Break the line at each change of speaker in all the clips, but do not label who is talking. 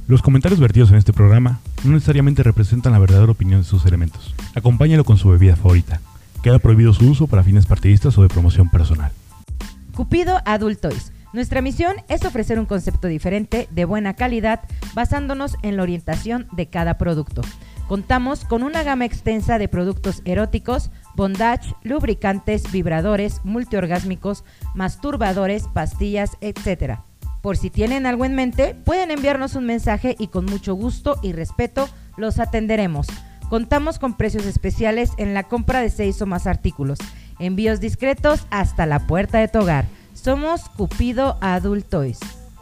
Los comentarios vertidos en este programa no necesariamente representan la verdadera opinión de sus elementos. Acompáñalo con su bebida favorita. Queda prohibido su uso para fines partidistas o de promoción personal.
Cupido Adult Toys. Nuestra misión es ofrecer un concepto diferente, de buena calidad, basándonos en la orientación de cada producto. Contamos con una gama extensa de productos eróticos, bondage, lubricantes, vibradores, multiorgásmicos, masturbadores, pastillas, etc. Por si tienen algo en mente, pueden enviarnos un mensaje y con mucho gusto y respeto los atenderemos. Contamos con precios especiales en la compra de 6 o más artículos. Envíos discretos hasta la puerta de tu hogar. Somos Cupido Adult Toys.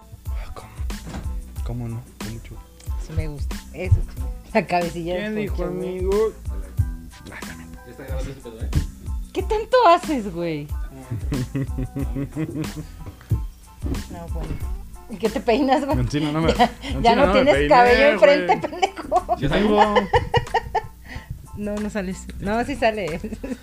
¿Cómo no? Con mucho.
Eso me gusta. Eso. La cabecilla.
¿Quién dijo,
Poncho,
amigo?
Ya está grabando ese pedo,
¿Qué tanto haces, güey? No, bueno. ¿Y qué te peinas, güey?
Encina, no me,
Ya no tienes
peiné,
cabello enfrente,
güey.
pendejo.
Yo tengo.
No sales. No, sí sale.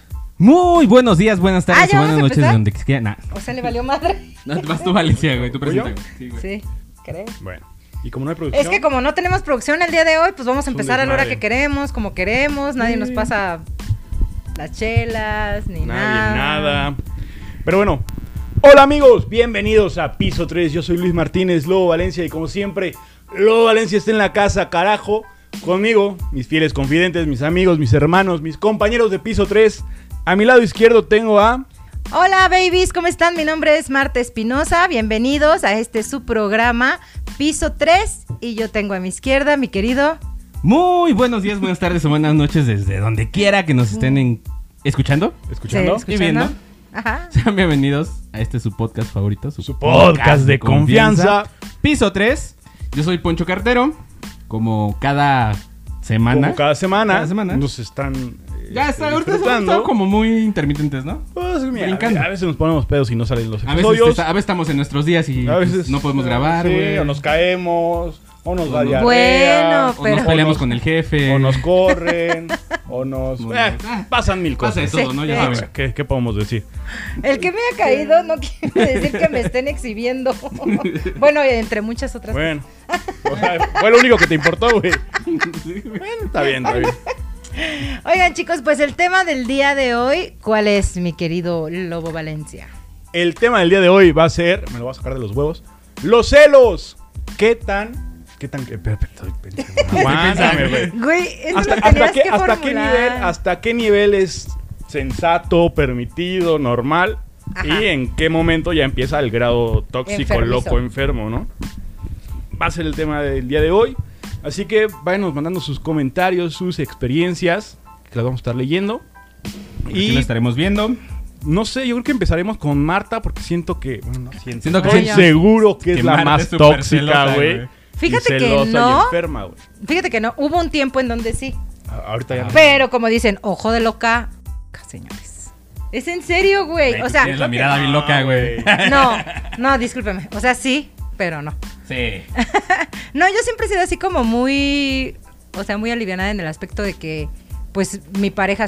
Muy buenos días, buenas tardes,
¿ya
buenas
vamos a
noches,
empezar?
donde quiera. Nah.
O sea, le valió madre.
No, vas tú, Valencia, güey. Tú
¿Voy yo?
presenta, güey. Sí, güey.
Sí, creo.
Bueno, y como no hay producción.
Es que como no tenemos producción el día de hoy, pues vamos a
Es un
empezar a la hora
desmadre.
que queremos, como queremos. Nadie nos pasa las chelas, ni
nada. Pero bueno. Hola amigos, bienvenidos a Piso 3. Yo soy Luis Martínez, Lobo Valencia. Y como siempre, Lobo Valencia está en la casa, carajo. Conmigo, mis fieles confidentes, mis amigos, mis hermanos, mis compañeros de Piso 3. A mi lado izquierdo tengo a...
Hola babies, ¿cómo están? Mi nombre es Marta Espinosa, bienvenidos a este su programa Piso 3 y yo tengo a mi izquierda mi querido...
Muy buenos días, buenas tardes o buenas noches desde donde quiera que nos estén escuchando
¿Escuchando?
Sí,
y viendo.
Ajá.
Sean bienvenidos a este su podcast favorito,
Su podcast de confianza.
Piso 3. Yo soy Poncho Cartero, como cada semana.
Como cada semana.
Cada semana.
Nos están
Ya está, ahorita hemos
disfrutando.
estado como muy intermitentes, ¿no?
Pues, mira,
brincando.
a veces nos ponemos pedos y no salen los
A veces,
episodios.
a veces estamos en nuestros días y
A veces
pues, no podemos grabar,
sí,
güey.
o nos caemos, o nos da
O no-
diarrea,
Bueno,
O
pero-
nos peleamos con el jefe.
o nos corren, o nos...
Bueno,
pasan mil
Pasa de
cosas.
todo, ¿no? Ya
Sí.
saben.
¿Qué podemos decir?
El que me ha caído no quiere decir que me estén exhibiendo. Bueno, entre muchas otras
Bueno, o sea, fue lo único que te importó, güey. Bueno, está bien, está bien.
cosas. Oigan chicos, pues el tema del día de hoy, ¿cuál es, mi querido Lobo Valencia?
El tema del día de hoy va a ser, me lo voy a sacar de los huevos, los celos. Espera, estoy pensando. Aguántame, güey.
Güey, eso lo tenías que formular.
¿Hasta qué nivel es sensato, permitido, normal?
Ajá.
Y en qué momento ya empieza el grado tóxico,
Enfermizo.
loco, enfermo, ¿no? Va a ser el tema del día de hoy. Así que váyanos mandando sus comentarios, sus experiencias, que las vamos a estar leyendo.
Aquí lo estaremos viendo.
No sé, yo creo que empezaremos con Marta porque siento que... Bueno, no siento.
Siento que
Estoy
Oye.
seguro que es la
Marta
más
es súper
tóxica,
celosa,
güey.
güey.
Fíjate
y
que
celosa
no.
y enferma, güey.
Fíjate que no, hubo un tiempo en donde sí.
Ahorita ya no.
Pero como dicen, ojo de loca, señores. Es en serio, güey. O sea,
Tienes la mirada bien loca, güey.
no, discúlpeme. O sea, sí, pero no.
Sí.
No, yo siempre he sido así como muy, o sea, muy alivianada en el aspecto de que, pues, mi pareja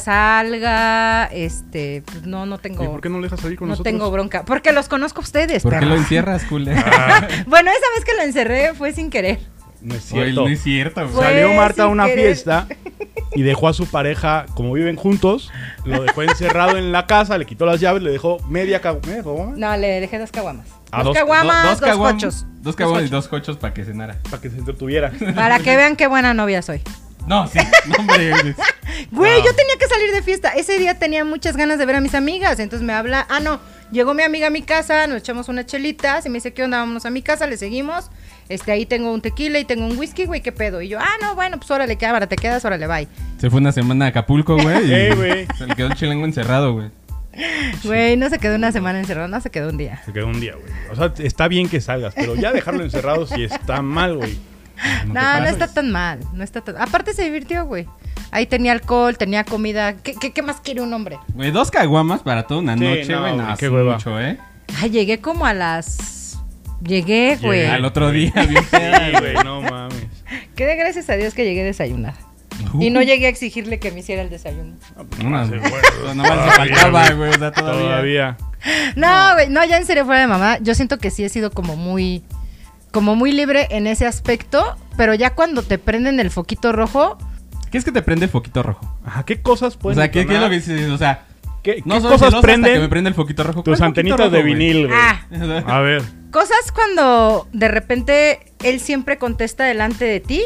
salga, pues, no tengo...
¿Y por qué no lo dejas salir con
no
nosotros?
tengo bronca, porque los conozco a ustedes,
¿Por qué
perros.
lo encierras, culé?
Bueno, esa vez que lo encerré fue sin querer.
No es
Oye,
cierto.
no es cierto, güey.
Fue
Salió Marta a
sin
una
querer.
fiesta y dejó a su pareja, como viven juntos, lo dejó encerrado en la casa, le quitó las llaves, le dejó media caguama
No, le dejé 2 caguamas.
Ah,
Dos
dos-
caguamas, 2
caguam-
cochos.
Dos caguamas y 2 cochos para que cenara.
para que se entretuviera.
Para que vean qué buena novia soy.
No, sí. No, hombre.
Güey, yo tenía que salir de fiesta. Ese día tenía muchas ganas de ver a mis amigas. Entonces me habla. No. Llegó mi amiga a mi casa, nos echamos unas chelitas. Y me dice, ¿qué onda? Vámonos a mi casa, le seguimos. Ahí tengo un tequila y tengo un whisky, güey, ¿qué pedo? Y yo, no, bueno, pues órale, cámara, te quedas, órale, bye.
Se fue una semana a Acapulco, güey. Y
Güey.
se le quedó el chilengo encerrado, güey.
Güey, no se quedó una semana encerrado, no se quedó un día.
Se quedó un día, güey. O sea, está bien que salgas, pero ya dejarlo encerrado sí está mal, güey.
No está tan mal, no está tan... Aparte se divirtió, güey. Ahí tenía alcohol, tenía comida. ¿Qué más quiere un hombre?
Güey, 2 caguamas para toda una
Sí,
noche,
no,
güey.
güey,
No,
qué
es
hueva.
mucho, ¿eh?
Ay, llegué como a las... Llegué, güey.
Al otro día, bien
Sí, güey, no mames.
Quedé gracias a Dios que llegué desayunada. Y no llegué a exigirle que me hiciera el desayuno.
Una,
Sí,
güey.
bueno,
Nomás le faltaba, güey. O sea, todavía.
No, güey, no, ya en serio fuera de mamá, yo siento que sí he sido como muy libre en ese aspecto,
pero ya cuando te prenden el foquito rojo,
¿Qué es que te prende el foquito rojo?
Ajá, ¿qué cosas
O
pueden
sea, ¿qué es
detonar?
lo que dices? O sea,
¿Qué
no soy
cosas
celosa hasta que me
prenden
prende el foquito rojo.
tus
¿Cuál
antenitas
foquito
de
rojo, güey?
vinil, güey?
ah,
A ver.
cosas cuando de repente él siempre contesta delante de ti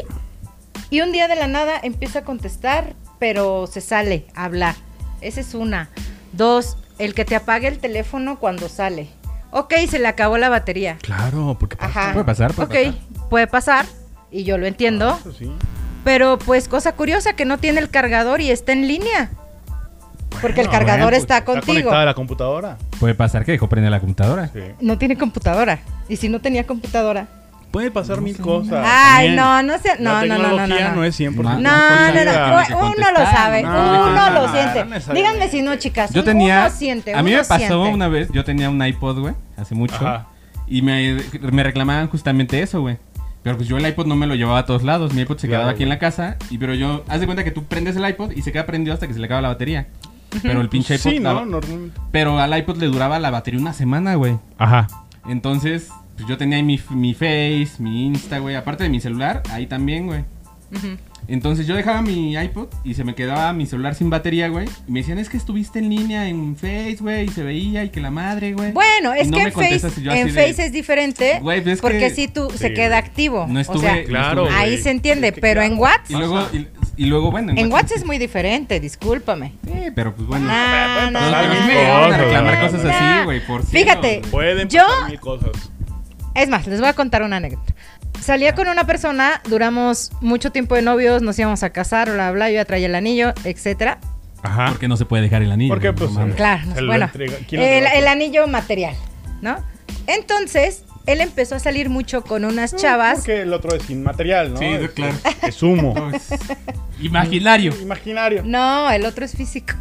y un día de la nada empieza a contestar, pero se sale a hablar. Esa es una. 2, el que te apague el teléfono cuando sale. Ok, se le acabó la batería.
Claro, porque
Ajá.
Puede pasar, puede
Puede pasar, y yo lo entiendo.
Eso sí.
Pero pues cosa curiosa que no tiene el cargador y está en línea. Porque el
Bueno,
cargador
pues,
está contigo.
conectada a la computadora.
Puede pasar que dejó prender la computadora.
Sí.
No tiene computadora. Y si no tenía computadora.
Puede pasar mil cosas.
Ay,
también.
no, no sé. No,
La
no, no, no,
tecnología
no.
no es 100%.
No,
No, no,
tienes que
no. Uno lo
contestar,
sabe.
no,
Uno
no,
lo
no,
siente.
no necesariamente.
Díganme si no, chicas.
Yo tenía.
Uno siente.
A mí
uno
me pasó
siente.
una vez, yo tenía un iPod, güey, hace mucho.
Ajá.
Y me reclamaban justamente eso, güey. Pero pues yo el iPod no me lo llevaba a todos lados. Mi iPod se
Claro,
quedaba aquí en
güey.
la casa. Pero yo, haz de cuenta que tú prendes el iPod y se queda prendido hasta que se le acaba la batería. Pero el pinche iPod.
Sí, ¿no? Normalmente.
Pero al iPod le duraba la batería una semana, güey.
Ajá.
Entonces, pues yo tenía ahí mi Face, mi Insta, güey. Aparte de mi celular, ahí también, güey.
Ujú.
Entonces yo dejaba mi iPod y se me quedaba mi celular sin batería, güey. Y me decían, es que estuviste en línea en Face, güey, y se veía y que la madre, güey.
Bueno, es
Y no
que
me
en Face,
contestas y yo así de,
es diferente.
Güey, pues es
porque
que-
si tú se
Sí,
queda
güey.
activo.
No
o
estuve,
sea,
no
Claro,
estuve.
ahí
güey.
se entiende.
Es que
Pero
claro.
en WhatsApp.
Y luego, bueno.
En WhatsApp es muy diferente, discúlpame.
Sí, pero pues bueno.
Ah,
pueden
no,
pasar
Pero
mil
sí me llegaron a
cosas,
reclamar
güey.
cosas así, güey, por cielo,
Fíjate.
güey.
Pueden
Yo-
pasar mil cosas.
Es más, les voy a contar una anécdota. Salía con una persona, duramos mucho tiempo de novios, nos íbamos a casar, bla, bla, yo ya traía el anillo, etcétera.
Ajá.
Porque no se puede dejar el anillo.
Porque,
güey,
pues,
no mames.
Claro,
Él lo
bueno,
entrega. ¿Quién lo entrega?
el anillo material, ¿no? Entonces, él empezó a salir mucho con unas chavas.
Porque el otro es inmaterial, ¿no?
Sí,
Es-
claro.
Es humo.
Pues, imaginario.
Imaginario.
No, el otro es físico.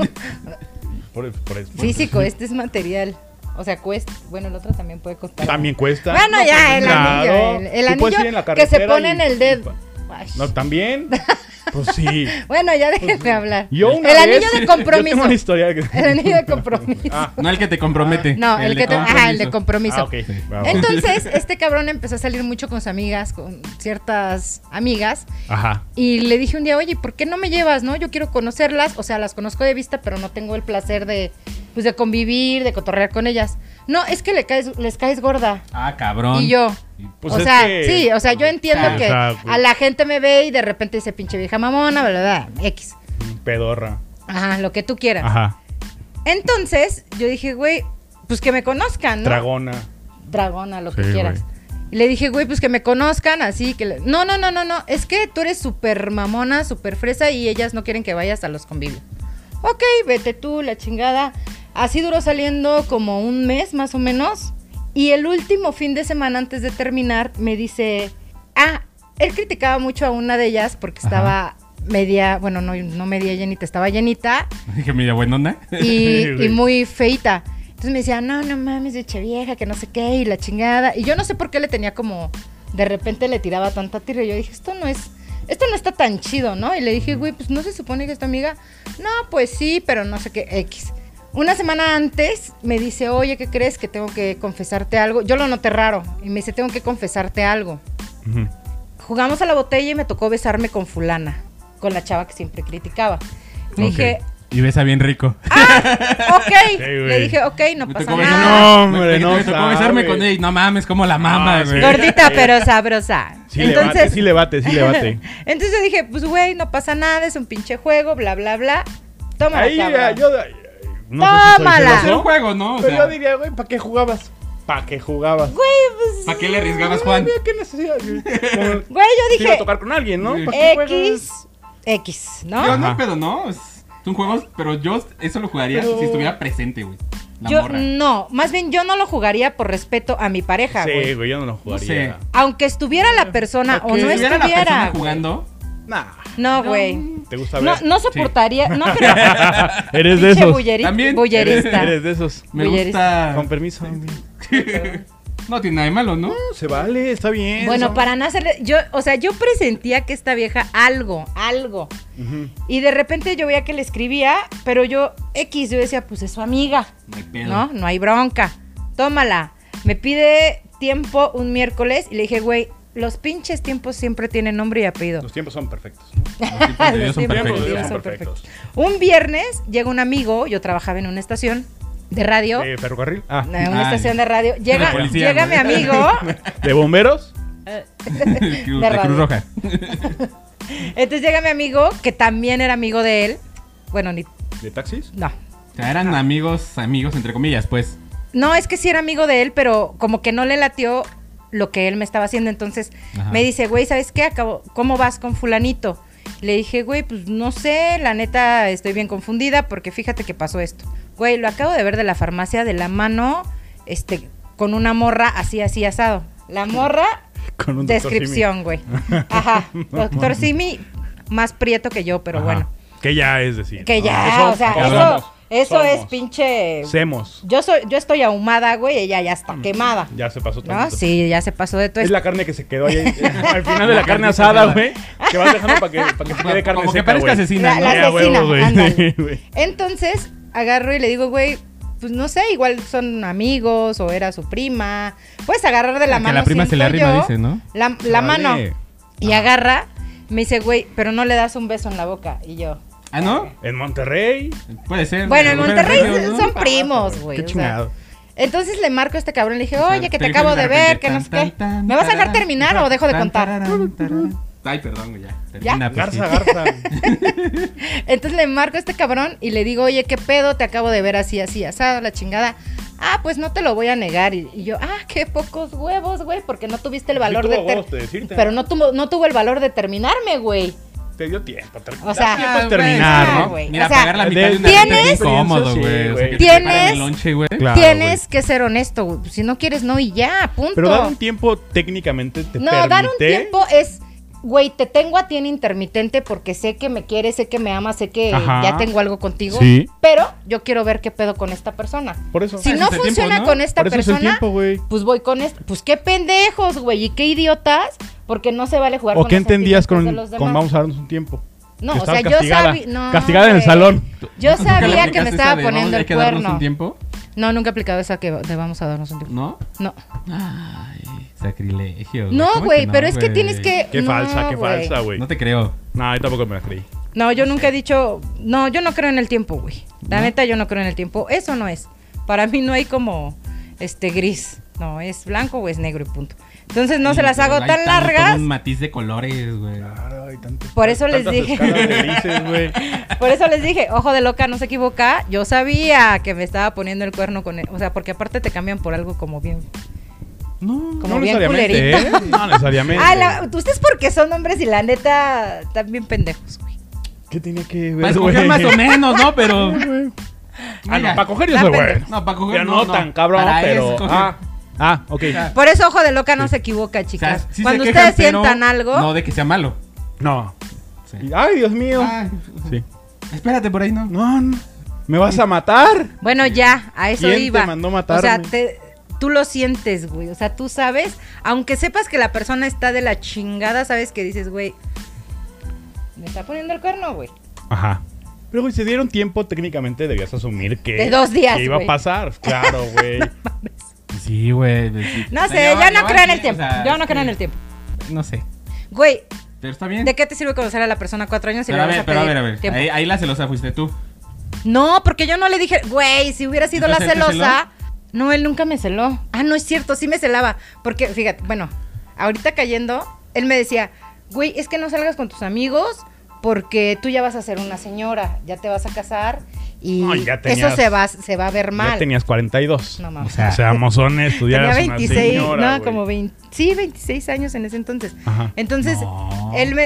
Por eso.
Físico, este es material. O sea, cuesta. Bueno, el otro también puede costar.
También cuesta.
Bueno, ya, el
Claro.
anillo. El
Tú puedes
anillo
ir en la
que se
carretera
pone en el dedo. Ay.
No, también. Pues sí.
Bueno, ya déjenme hablar.
Yo una
el
vez-
anillo de
Yo
compromiso.
tengo una historia que...
El anillo de compromiso.
Ah,
No el que te compromete.
No, el que te, ajá, el de compromiso.
ok.
Sí.
Va, va.
Entonces, este cabrón empezó a salir mucho con sus amigas, con ciertas amigas.
Ajá.
Y le dije un día, oye, ¿por qué no me llevas, no? Yo quiero conocerlas. O sea, las conozco de vista, pero no tengo el placer de, pues, de convivir, de cotorrear con ellas. No, es que les caes gorda.
Ah, cabrón.
Y yo,
Pues
o
es
sea,
que-
sí, o sea, yo entiendo
o
que
sea, güey.
a la gente me ve y de repente dice pinche vieja mamona, bla, bla, bla, X.
Pedorra.
Ajá, lo que tú quieras.
Ajá.
Entonces, yo dije, güey, pues que me conozcan, ¿no?
Dragona.
Dragona, lo
Sí,
que quieras.
güey.
Y le dije, güey, pues que me conozcan, así que... No, es que tú eres súper mamona, súper fresa y ellas no quieren que vayas a los convivios. Ok, vete tú, la chingada. Así duró saliendo como un mes, más o menos. Y el último fin de semana, antes de terminar, me dice... Ah, él criticaba mucho a una de ellas porque estaba media... Bueno, no media llenita, estaba llenita
Dije, media buenona.
y muy feita. Entonces me decía, no mames, biche vieja, que no sé qué, y la chingada. Y yo no sé por qué le tenía como, de repente le tiraba tanta tierra. Y yo dije, esto no está tan chido, ¿no? Y le dije, güey, pues no se supone que es tu amiga. No, pues sí, pero no sé qué, X. Una semana antes me dice, oye, ¿qué crees? Que tengo que confesarte algo. Yo lo noté raro. Y me dice, tengo que confesarte algo.
Ujú.
Jugamos a la botella y me tocó besarme con fulana, con la chava que siempre criticaba. Le
Ok.
dije,
Y besa bien rico.
ok.
güey.
Le dije, ok, no
Me
pasa
tocó
nada.
besarme-
No, hombre, no
Me tocó
sabe.
besarme con ella. Y no mames, como la mama,
Ah,
güey.
sí.
Gordita pero sabrosa.
Sí le bate.
Entonces yo dije, pues güey, no pasa nada, es un pinche juego, bla, bla, bla. Tómala,
Ahí
cabrón.
yo... No sé si soy
Tómala.
Es un
celoso,
juego, ¿no? O
pero
sea,
yo diría, güey, ¿para qué jugabas? ¿Para qué jugabas?
¿para qué le arriesgabas, Juan?
Mira, ¿qué necesidad? Como
Güey, yo
si iba a
dije,
tocar con alguien, ¿no?
Sí.
¿Para qué juegas?
X, ¿no?
Yo no hay
Ajá.
pedo, ¿no? Son juegos, pero yo eso lo jugaría
Pero-
si estuviera presente, güey. La
Yo
morra.
no, más bien yo no lo jugaría por respeto a mi pareja,
Sí,
güey.
güey, yo no lo jugaría.
sé.
Aunque estuviera la persona o
Ok.
no
Si estuviera la persona
estuviera. güey.
jugando,
Nah,
No, güey.
¿te gusta
No,
ver?
no soportaría. No, pero.
Eres de
pinche
esos.
También.
bullerista.
Eres de esos.
me
Bullerista.
gusta...
Con permiso.
No tiene nada de malo, ¿no?
No, se vale, está bien.
Bueno,
Son-
para no hacerle. Yo presentía que esta vieja algo.
Ujú.
Y de repente yo veía que le escribía, pero yo yo decía, pues es su amiga,
No hay pedo.
¿no? No hay bronca. Tómala. Me pide tiempo un miércoles y le dije, güey, los pinches tiempos siempre tienen nombre y apellido.
Los tiempos son perfectos, ¿no?
Los tiempos de Dios
Los
son
tiempos de
perfectos.
Dios
son
son
perfectos.
perfectos. Un viernes llega un amigo, yo trabajaba en una estación de radio,
¿Ferrocarril?
una
Ay.
estación de radio, llega,
policía,
llega
güey.
mi amigo,
¿De bomberos?
De
radio.
Cruz Roja.
entonces llega mi amigo, que también era amigo de él, bueno,
¿De taxis?
no.
O sea, eran amigos, entre comillas, pues.
No, es que sí era amigo de él, pero como que no le latió lo que él me estaba haciendo. Entonces
Ajá.
me dice, güey, ¿sabes qué? ¿Cómo vas con fulanito? Le dije, güey, pues no sé, la neta estoy bien confundida porque fíjate que pasó esto. Güey, lo acabo de ver de la farmacia de la mano, con una morra así asado. La morra,
Con un Dr.
descripción, güey. Ajá, doctor Simi, más prieto que yo, pero
Ajá.
bueno.
Que ya es decir.
Que
¿no?
ya, o sea,
somos.
eso es
Somos.
pinche...
Semos.
Yo estoy ahumada, güey, ella ya está quemada.
Ya se pasó
¿No?
tantito.
Sí, ya se pasó de todo
Es
esto.
la carne que se quedó ahí al final de la carne asada, güey. Que vas dejando para que se quede carne
Como que
seca,
parezca
güey.
asesina, ¿no?
La
Ya,
asesina,
huevo, güey.
ándale.
Güey.
Entonces, agarro y le digo, güey, pues no sé, igual son amigos o era su prima. Puedes agarrar de la
Que
mano.
a la prima se le
siento
arrima,
yo,
dice, ¿no?
La
Vale.
mano. Y agarra, me dice, güey, pero no le das un beso en la boca. Y yo,
Ah, ¿no?
En Monterrey.
Puede ser.
bueno, en
Mujeres
Monterrey
regios, ¿no?
son primos, güey.
Qué
o sea.
chingado.
Entonces le marco a este cabrón, le dije, oye, que te
Pero
acabo de
repente,
ver, que no sé qué. ¿Me vas a dejar terminar o dejo de contar?
Ay, perdón, güey, ya.
¿Ya?
Termina, pues,
Garza,
sí.
Garza.
Entonces le marco a este cabrón y le digo, oye, ¿qué pedo? Te acabo de ver así, asado, la chingada. Ah, pues no te lo voy a negar. Y yo, qué pocos huevos, güey, porque no tuviste el valor
Sí
de...
tuvo huevos de decirte,
Pero
¿no?
no tuvo el valor de terminarme, güey.
Te dio tiempo.
O sea,
tiempo de
Ah,
terminar,
güey,
¿no?
güey.
Mira,
O sea,
pagar la mitad de una
¿tienes-
renta es incómodo,
Sí,
güey. O sea,
güey.
que te preparen
¿Tienes-
el lonche, güey.
Claro,
Tienes
güey.
que ser honesto, güey. Si no quieres, no y ya, punto.
Pero dar un tiempo técnicamente te
No,
permite...
dar un tiempo es, güey, te tengo a ti en intermitente porque sé que me quieres, sé que me amas, sé que
Ajá.
ya tengo algo contigo.
Sí.
Pero yo quiero ver qué pedo con esta persona.
Por eso.
Si
Ese
no
es el tiempo,
funciona
¿no?
con esta
Por eso es el
persona,
tiempo, güey.
pues voy con esto. Pues qué pendejos, güey, y qué idiotas, porque no se vale jugar
¿O
con
qué
los
entendías
sentimientos
con,
de los
con
demás.
vamos a darnos un tiempo?
No,
Que
o sea,
estabas
yo
castigada.
sabía... No,
Castigada en el
güey.
salón.
Yo
¿Nunca le
sabía que
aplicaste
me
esa
estaba
de,
poniendo
"Vamos, hay
el
que darnos
cuerno.
un tiempo"?
No, nunca he aplicado esa de vamos a darnos un tiempo.
¿No?
No.
Ay, sacrilegio.
No,
¿Cómo
güey,
que
pero es que
güey?
tienes que...
Qué
no,
falsa, qué
güey.
falsa, güey.
No te creo.
No, yo tampoco me la creí.
No, yo nunca he dicho... No, yo no creo en el tiempo, güey. La
¿No?
neta, yo no creo en el tiempo. Eso no es. Para mí no hay como... gris. No, es blanco o es negro y punto. Entonces no
Sí,
se las
pero
hago
hay
tan
tanto,
largas.
un matiz de colores, güey.
Claro, hay tantos-
Por eso les
tantas
dije.
escalas de grises, güey.
Por eso les dije, ojo de loca, no se equivoca. Yo sabía que me estaba poniendo el cuerno con él. O sea, porque aparte te cambian por algo como bien...
No.
Como
No
bien
necesariamente,
culerito.
¿eh? No necesariamente.
Ustedes porque son hombres y la neta están bien pendejos, güey.
¿Qué tenía que ver,
Para escoger
güey?
más o menos, ¿no? Pero...
Ah, no, para coger yo
La
soy
pendeja.
bueno.
No, para coger
Pero no tan cabrón,
Para
pero...
escoger.
Ok.
sea,
Por eso ojo de loca no se equivoca,
O sea,
chicas.
sí se
Cuando
quejan,
ustedes
pero
sientan algo...
No de que sea malo.
No.
Sí.
Ay, Dios mío.
Ay,
Sí.
Espérate, por ahí no.
No. ¿Me vas a matar?
Bueno, ya, a eso
¿Quién
iba.
te mandó
O sea,
matarme?
tú lo sientes, güey. O sea, tú sabes, aunque sepas que la persona está de la chingada, sabes que dices, güey, me está poniendo el cuerno, güey.
Ajá. Pero, güey, se dieron tiempo, técnicamente debías asumir que...
De 2 días,
que iba
güey.
a pasar. Claro, güey.
Sí, güey. Sí.
No
O sea,
sé,
lleva-
ya no
lleva
creo en el
aquí,
tiempo.
o sea,
Yo no
es
creo en
que-
el tiempo.
No sé.
Güey,
Pero está bien.
¿de qué te sirve conocer a la persona 4 años si
Pero
le
a
vas
ver,
a
pero a
pedir
ver, a ver.
tiempo?
Ahí la celosa fuiste tú.
No, porque yo no le dije, güey, si hubiera sido la
¿Entonces él te
celosa. No, él nunca me celó. Ah, no es cierto, sí me celaba. Porque, fíjate, bueno, ahorita cayendo, él me decía, güey, es que no salgas con tus amigos porque tú ya vas a ser una señora, ya te vas a casar y
No, ya tenías-
eso se va a ver mal.
Ya tenías 42.
No
O
mames.
sea, seamos honestos, ya
Tenía
eras una
26,
señora,
no,
güey.
como 20, sí, 26 años en ese entonces.
Ajá.
Entonces,
No.
él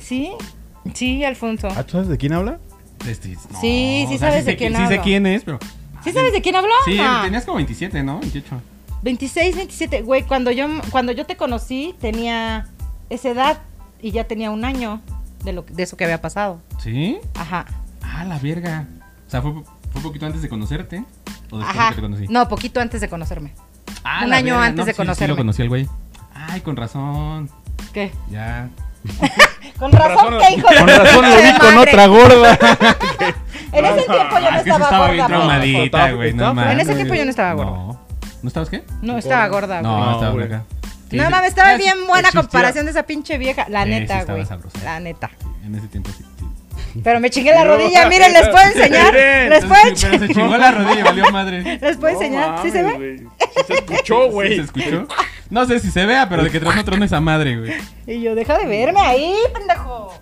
sí, Alfonso.
¿Ah, tú sabes de quién habla?
No,
Sí, sí
o sea,
sabes de
sé
quién
Sí sé
hablo.
quién es, pero...
¿Sí sabes de quién habló?
Sí,
Ah.
tenías como 27, ¿no? 28.
26, 27, güey, cuando yo te conocí tenía esa edad y ya tenía un año de eso que había pasado.
¿Sí?
Ajá.
Ah, la verga. O sea, fue un poquito antes de conocerte. ¿O después
Ajá.
que te conocí?
No, poquito antes de conocerme.
Ah,
un
la
año
verga,
antes de
Sí
conocerme.
lo conocí al güey. Ay, con razón.
¿Qué?
Ya.
Con razón, ¿qué hijo de
Con razón lo vi
de
con
madre.
otra gorda.
En ese tiempo yo no
Es que sí
estaba
estaba bien
gorda.
traumadita,
Estaba-
güey. No
estaba-
mames.
En ese tiempo yo no estaba gorda.
No. ¿No estabas qué?
No, estaba gorda, güey.
No,
No,
estaba
güey.
acá.
No mames, estaba bien buena
existía.
comparación de esa pinche vieja. La
Sí,
neta,
sí estaba
güey.
sabrosa.
La neta.
En ese tiempo sí.
Pero me chingué la
No.
rodilla, miren, les puedo enseñar.
Miren.
Les puedo
Pero se chingó la rodilla y valió madre.
les puedo enseñar. ¿Sí se ve?
ve? Sí se escuchó,
¿Sí
güey.
se escuchó? No sé si se vea, pero de que tras no trone esa madre, güey.
Y yo, deja de verme ahí, pendejo.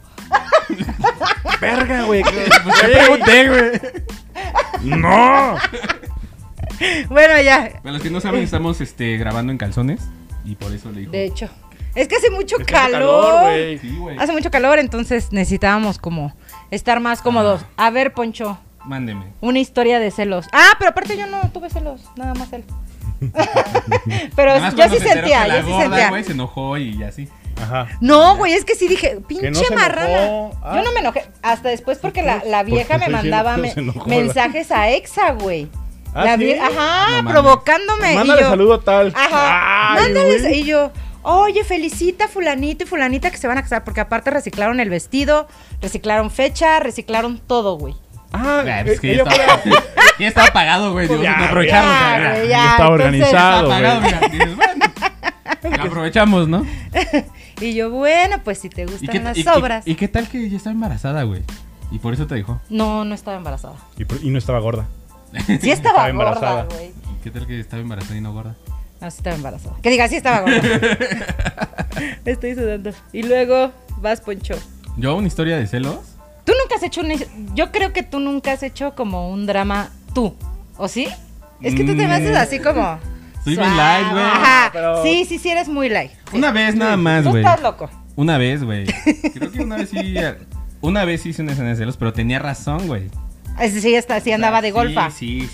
Verga, güey.
Pues te pregunté, güey.
No.
Bueno, ya.
Para los que no saben, estamos grabando en calzones. Y por eso le dijo.
De hecho, es que hace mucho
Es que hace
calor.
güey.
Sí, güey.
Hace mucho calor, entonces necesitábamos como estar más cómodos. A ver, Poncho,
Mándeme.
una historia de celos. Ah, pero aparte yo no tuve celos, nada más él. Pero
Nada más
yo
cuando
sí
se enteró
sentía,
que la
yo sí
gorda,
sentía.
güey, se enojó y así.
Ajá.
No, güey, es que sí dije,
no
pinche
se
marrana.
enojó. Ah.
Yo no me enojé. Hasta después porque la vieja
Porque
me
estoy
mandaba
diciendo que se enojó,
mensajes a Exa, güey.
¿Ah, sí?
Ajá,
No mames.
provocándome.
Mándale
y yo,
saludo a tal.
Ajá,
Ay,
mándales.
güey.
Y yo, oye, felicita a fulanito y fulanita que se van a casar. Porque aparte reciclaron el vestido, reciclaron fecha, reciclaron todo, güey.
Ah,
Ay, pues que ya
ella fue
estaba,
la-
ya estaba pagado, güey. Digo,
Ya,
no aprovechamos.
ya,
o sea,
güey,
ya.
ya.
Estaba
entonces-
organizado,
Estaba pagado,
güey.
mira. Dices, bueno, lo aprovechamos, ¿no?
Y yo, bueno, pues si te gustan las obras.
¿Y qué tal que ya estaba embarazada, güey? Y por eso te dijo.
No, no estaba embarazada.
Y no estaba gorda.
Sí estaba
Estaba embarazada.
gorda, güey.
¿Y qué tal que estaba embarazada y no gorda?
No, sí estaba embarazada. Que diga, sí estaba gorda. Estoy sudando. Y luego vas, Poncho.
¿Yo una historia de celos?
Tú nunca has hecho yo creo que tú nunca has hecho como un drama tú, ¿o sí? Es que tú te me haces así como...
Soy bien
suave.
light, güey.
Ajá,
Pero-
sí, eres muy light. Sí.
Una vez nada más,
Tú
güey.
estás loco.
Una vez, güey. Creo que una vez sí. Una vez hice una escena de celos, pero tenía razón, güey.
Sí, andaba de golfa.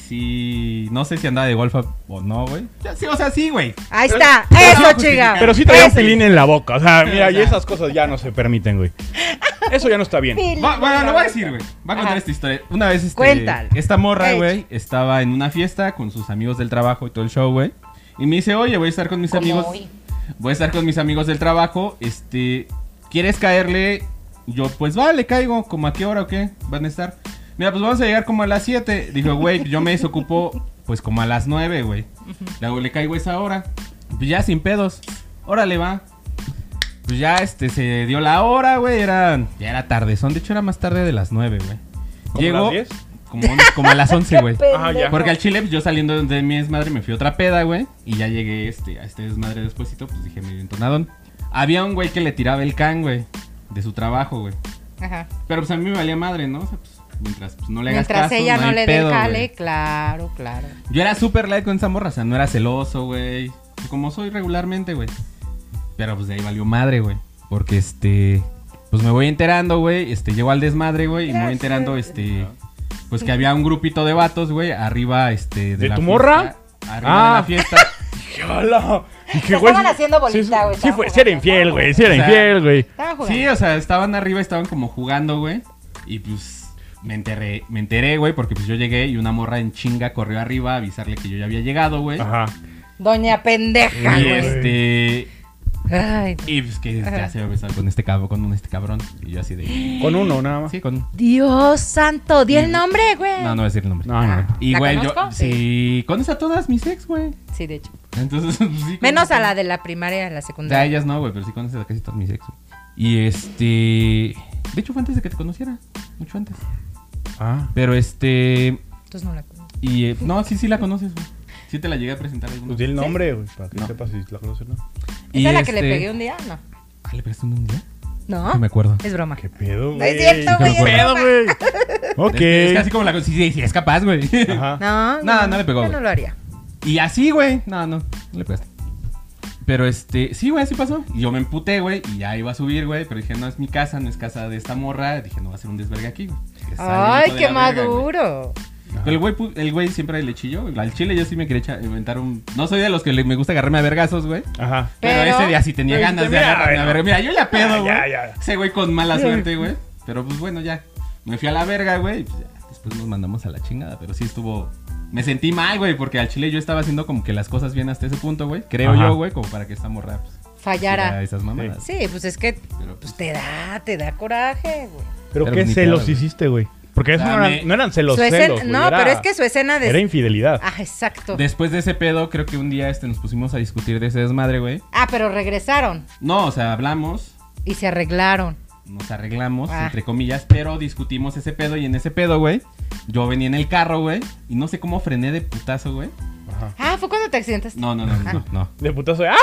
Sí. No sé si andaba de golfa o no, güey. Sí, o sea, sí, güey.
Ahí está,
no
eso,
justifica.
chica.
Pero sí traía un
Eso.
pilín en la boca. O sea, mira,
o
y
sea.
esas cosas ya no se permiten, güey. Eso ya no está bien.
Pilín.
Bueno, lo voy a decir, güey. Voy a contar
Ajá.
esta historia. Una vez,
Cuéntala.
esta morra,
Ey.
güey, estaba en una fiesta con sus amigos del trabajo y todo el show, güey. Y me dice, oye, voy a estar con mis
Como
amigos.
hoy.
Voy a estar con mis amigos del trabajo. ¿Quieres caerle? Yo, pues vale, caigo. ¿Como a qué hora o qué van a estar? Mira, pues vamos a llegar como a las 7. Dijo, güey, yo me desocupo pues como a las 9, güey. Luego le caigo esa hora. Pues ya sin pedos. Órale, va. Pues ya se dio la hora, güey. Ya era tardezón. De hecho, era más tarde de las 9, güey.
¿Como
Llegó
las 10?
como a las 11, güey.
Ah, ya.
Porque al chile, pues, yo saliendo de mi desmadre me fui a otra peda, güey. Y ya llegué a este desmadre despuésito, pues dije medio entonadón. Había un güey que le tiraba el can, güey. De su trabajo, güey.
Ajá.
Pero pues a mí me valía madre, ¿no? O sea, pues mientras pues, no le hagas
Mientras
caso,
ella no
hay
le dé
pedo,
el jale,
güey.
claro.
Yo era súper light con esa morra, o sea, no era celoso, güey. Como soy regularmente, güey. Pero pues de ahí valió madre, güey. Porque pues me voy enterando, güey. Llego al desmadre, güey. Y me voy enterando, pues que había un grupito de vatos, güey, arriba, de
¿De
la
tu
fiesta.
morra?
Arriba de la fiesta.
¡Hola!
Se estaban haciendo bolita, güey,
Sí,
estaban
fue, sí era
jugando.
infiel, güey. Sí era
O sea,
infiel, güey.
Estaban jugando.
Sí, o sea, estaban arriba, estaban como jugando, güey. Y pues me enteré, güey, porque pues yo llegué y una morra en chinga corrió arriba a avisarle que yo ya había llegado, güey.
Ajá.
Doña pendeja,
Y
güey. Ay,
y pues que ya se iba a besar con este cabrón. Y yo así de.
Con uno, nada más.
Sí, con.
Dios santo, di el nombre, güey.
No voy a decir el nombre.
No.
Y
¿La
güey, yo.
conozco?
Sí, conoces a todas mis ex, güey.
Sí, de hecho.
Entonces, pues, sí.
Menos
conozco
a la de la primaria y a la
A
secundaria.
ellas no, güey, pero sí conoces a casi todas mis ex. Güey. Y de hecho fue antes de que te conociera. Mucho antes.
Ah.
Pero
Entonces no la conozco.
Y no, sí la conoces, güey. Sí te la llegué a presentar alguna
Pues di el nombre, güey, para que
No.
sepas si la conoces o no.
Y
¿Esa es la que le pegué un día? No.
Ah, ¿le pegaste un día?
¿No?
No me acuerdo.
Es broma.
¿Qué pedo, güey?
No es cierto, güey,
¿Qué
es
pedo,
broma.
güey? Ok.
Es casi como la sí, es capaz, güey.
Ajá.
No
le pegó,
Yo
güey.
no lo haría.
Y así, güey. No le pegaste. Pero sí, güey, así pasó. Y yo me emputé, güey, y ya iba a subir, güey. Pero dije, no es mi casa, no es casa de esta morra. Dije, no va a ser un desvergue aquí, güey. Es
Ay,
salidito de
qué
la verga, güey.
maduro.
Pero el güey siempre le chilló, güey. Al chile yo sí me quería inventar un. No soy de los que me gusta agarrarme a vergazos, güey.
Ajá.
Pero
Pero-
ese día sí tenía
Pero
ganas de
mira,
agarrarme a
bueno.
verga. Mira, yo ya pedo, güey.
Ya.
Ese güey con mala suerte, güey. Pero pues bueno, ya. Me fui a la verga, güey. Y pues ya, después nos mandamos a la chingada. Pero sí estuvo. Me sentí mal, güey, porque al chile yo estaba haciendo como que las cosas bien hasta ese punto, güey. Creo
Ajá.
yo, güey, como para que esta morra pues,
Fallara.
hiciera esas mamadas.
Sí, pues es que
Pero
pues
pues,
te da coraje, güey.
¿Pero
Pero
qué
ni
celos
pedo, güey.
hiciste, güey? Porque eso
O sea,
no eran celos,
Su escena-
celos, güey,
no,
era-
pero es que su escena de...
Era infidelidad.
Ah, exacto.
Después de ese pedo, creo que un día nos pusimos a discutir de ese desmadre, güey.
Ah, pero regresaron
No, o sea, hablamos,
y se arreglaron.
nos arreglamos,
Ah.
entre comillas, pero discutimos ese pedo y en ese pedo, güey, yo venía en el carro, güey, y no sé cómo frené de putazo, güey.
Ajá.
Ah, ¿fue cuando te accidentaste?
No.
De putazo de... ¡Ah!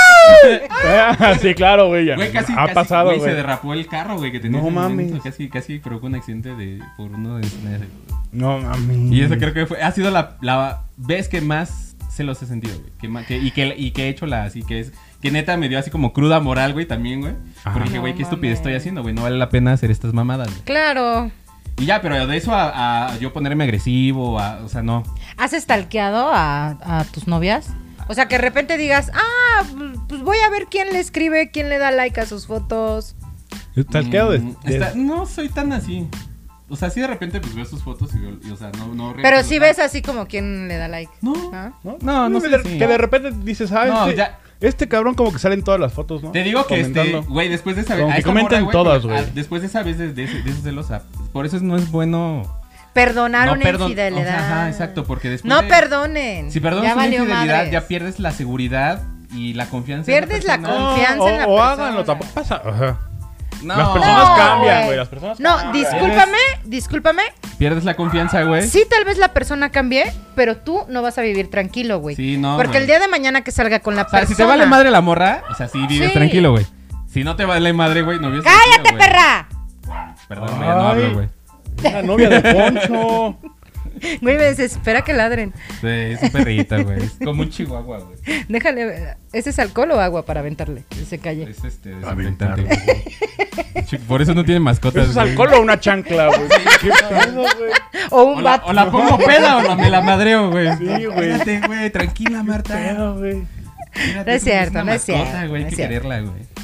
Sí, claro, güey. Ya.
Güey, casi
pasado,
güey,
güey.
se derrapó el carro, güey, que tenía
No
ese momento.
mames.
Casi provocó un accidente por uno de
No, mami.
Y eso creo que ha sido la vez que más se los he sentido, güey. Y que he hecho así que es... Que neta me dio así como cruda moral, güey, también, güey.
Ajá.
Porque dije,
No
güey, qué estupidez
mames.
estoy haciendo, güey. No vale la pena hacer estas mamadas, güey.
Claro.
Y ya, pero de eso a yo ponerme agresivo, o sea, no.
¿Has stalkeado a tus novias? O sea, que de repente digas, pues voy a ver quién le escribe, quién le da like a sus fotos.
Talqueo de...
No soy tan así. O sea, sí de repente pues veo sus fotos y o sea, no
Pero sí ves así como quién le da like.
No.
¿Ah?
No sé, sí.
Que de repente dices, ah,
No, ya.
este cabrón como que sale en todas las fotos, ¿no?
Te digo que
Comentando.
güey, después de esa vez.
Como
a
que
esta
comenten
morra,
todas,
porque,
güey.
después de esa vez de esos celos, por eso no es bueno.
Perdonar una
O sea,
infidelidad.
ajá, exacto, porque después.
No
de-
perdonen.
Si perdonas
ya
una
valió
infidelidad,
madres.
ya pierdes la seguridad y la confianza. en
Pierdes la
persona.
confianza.
No,
en la
o
persona.
háganlo, tampoco pasa. Ajá.
No,
Las personas
No,
cambian,
güey.
güey. Las personas
No,
cambian.
discúlpame.
Pierdes la confianza, güey.
Sí, tal vez la persona cambie, pero tú no vas a vivir tranquilo, güey.
Sí, no,
Porque
güey.
el día de mañana que salga con la
O sea,
persona.
si te vale madre la morra, o sea, sí vives
Sí.
tranquilo, güey. Si no te vale madre, güey, no vives
¡Cállate,
tranquilo, güey.
perra!
Perdón, güey, ya no
Ay.
hablo, güey.
La novia de Poncho.
Güey, me desespera que ladren.
Sí, es un perrito, güey. Es como un chihuahua, güey.
Déjale. ¿Ese es alcohol o agua para aventarle? Que se calle.
Es desinfectante, güey. Por eso no tiene mascotas,
¿Eso es
güey.
alcohol o una chancla, güey? ¿Qué pedo, güey?
O un bat.
O la pongo peda o me la madreo, güey.
Sí, güey.
Espérate, güey, tranquila, Marta.
Pedo, güey.
Espérate,
No es cierto,
una
no es
mascota,
cierto,
güey,
no
hay
es
que
cierto.
quererla, güey.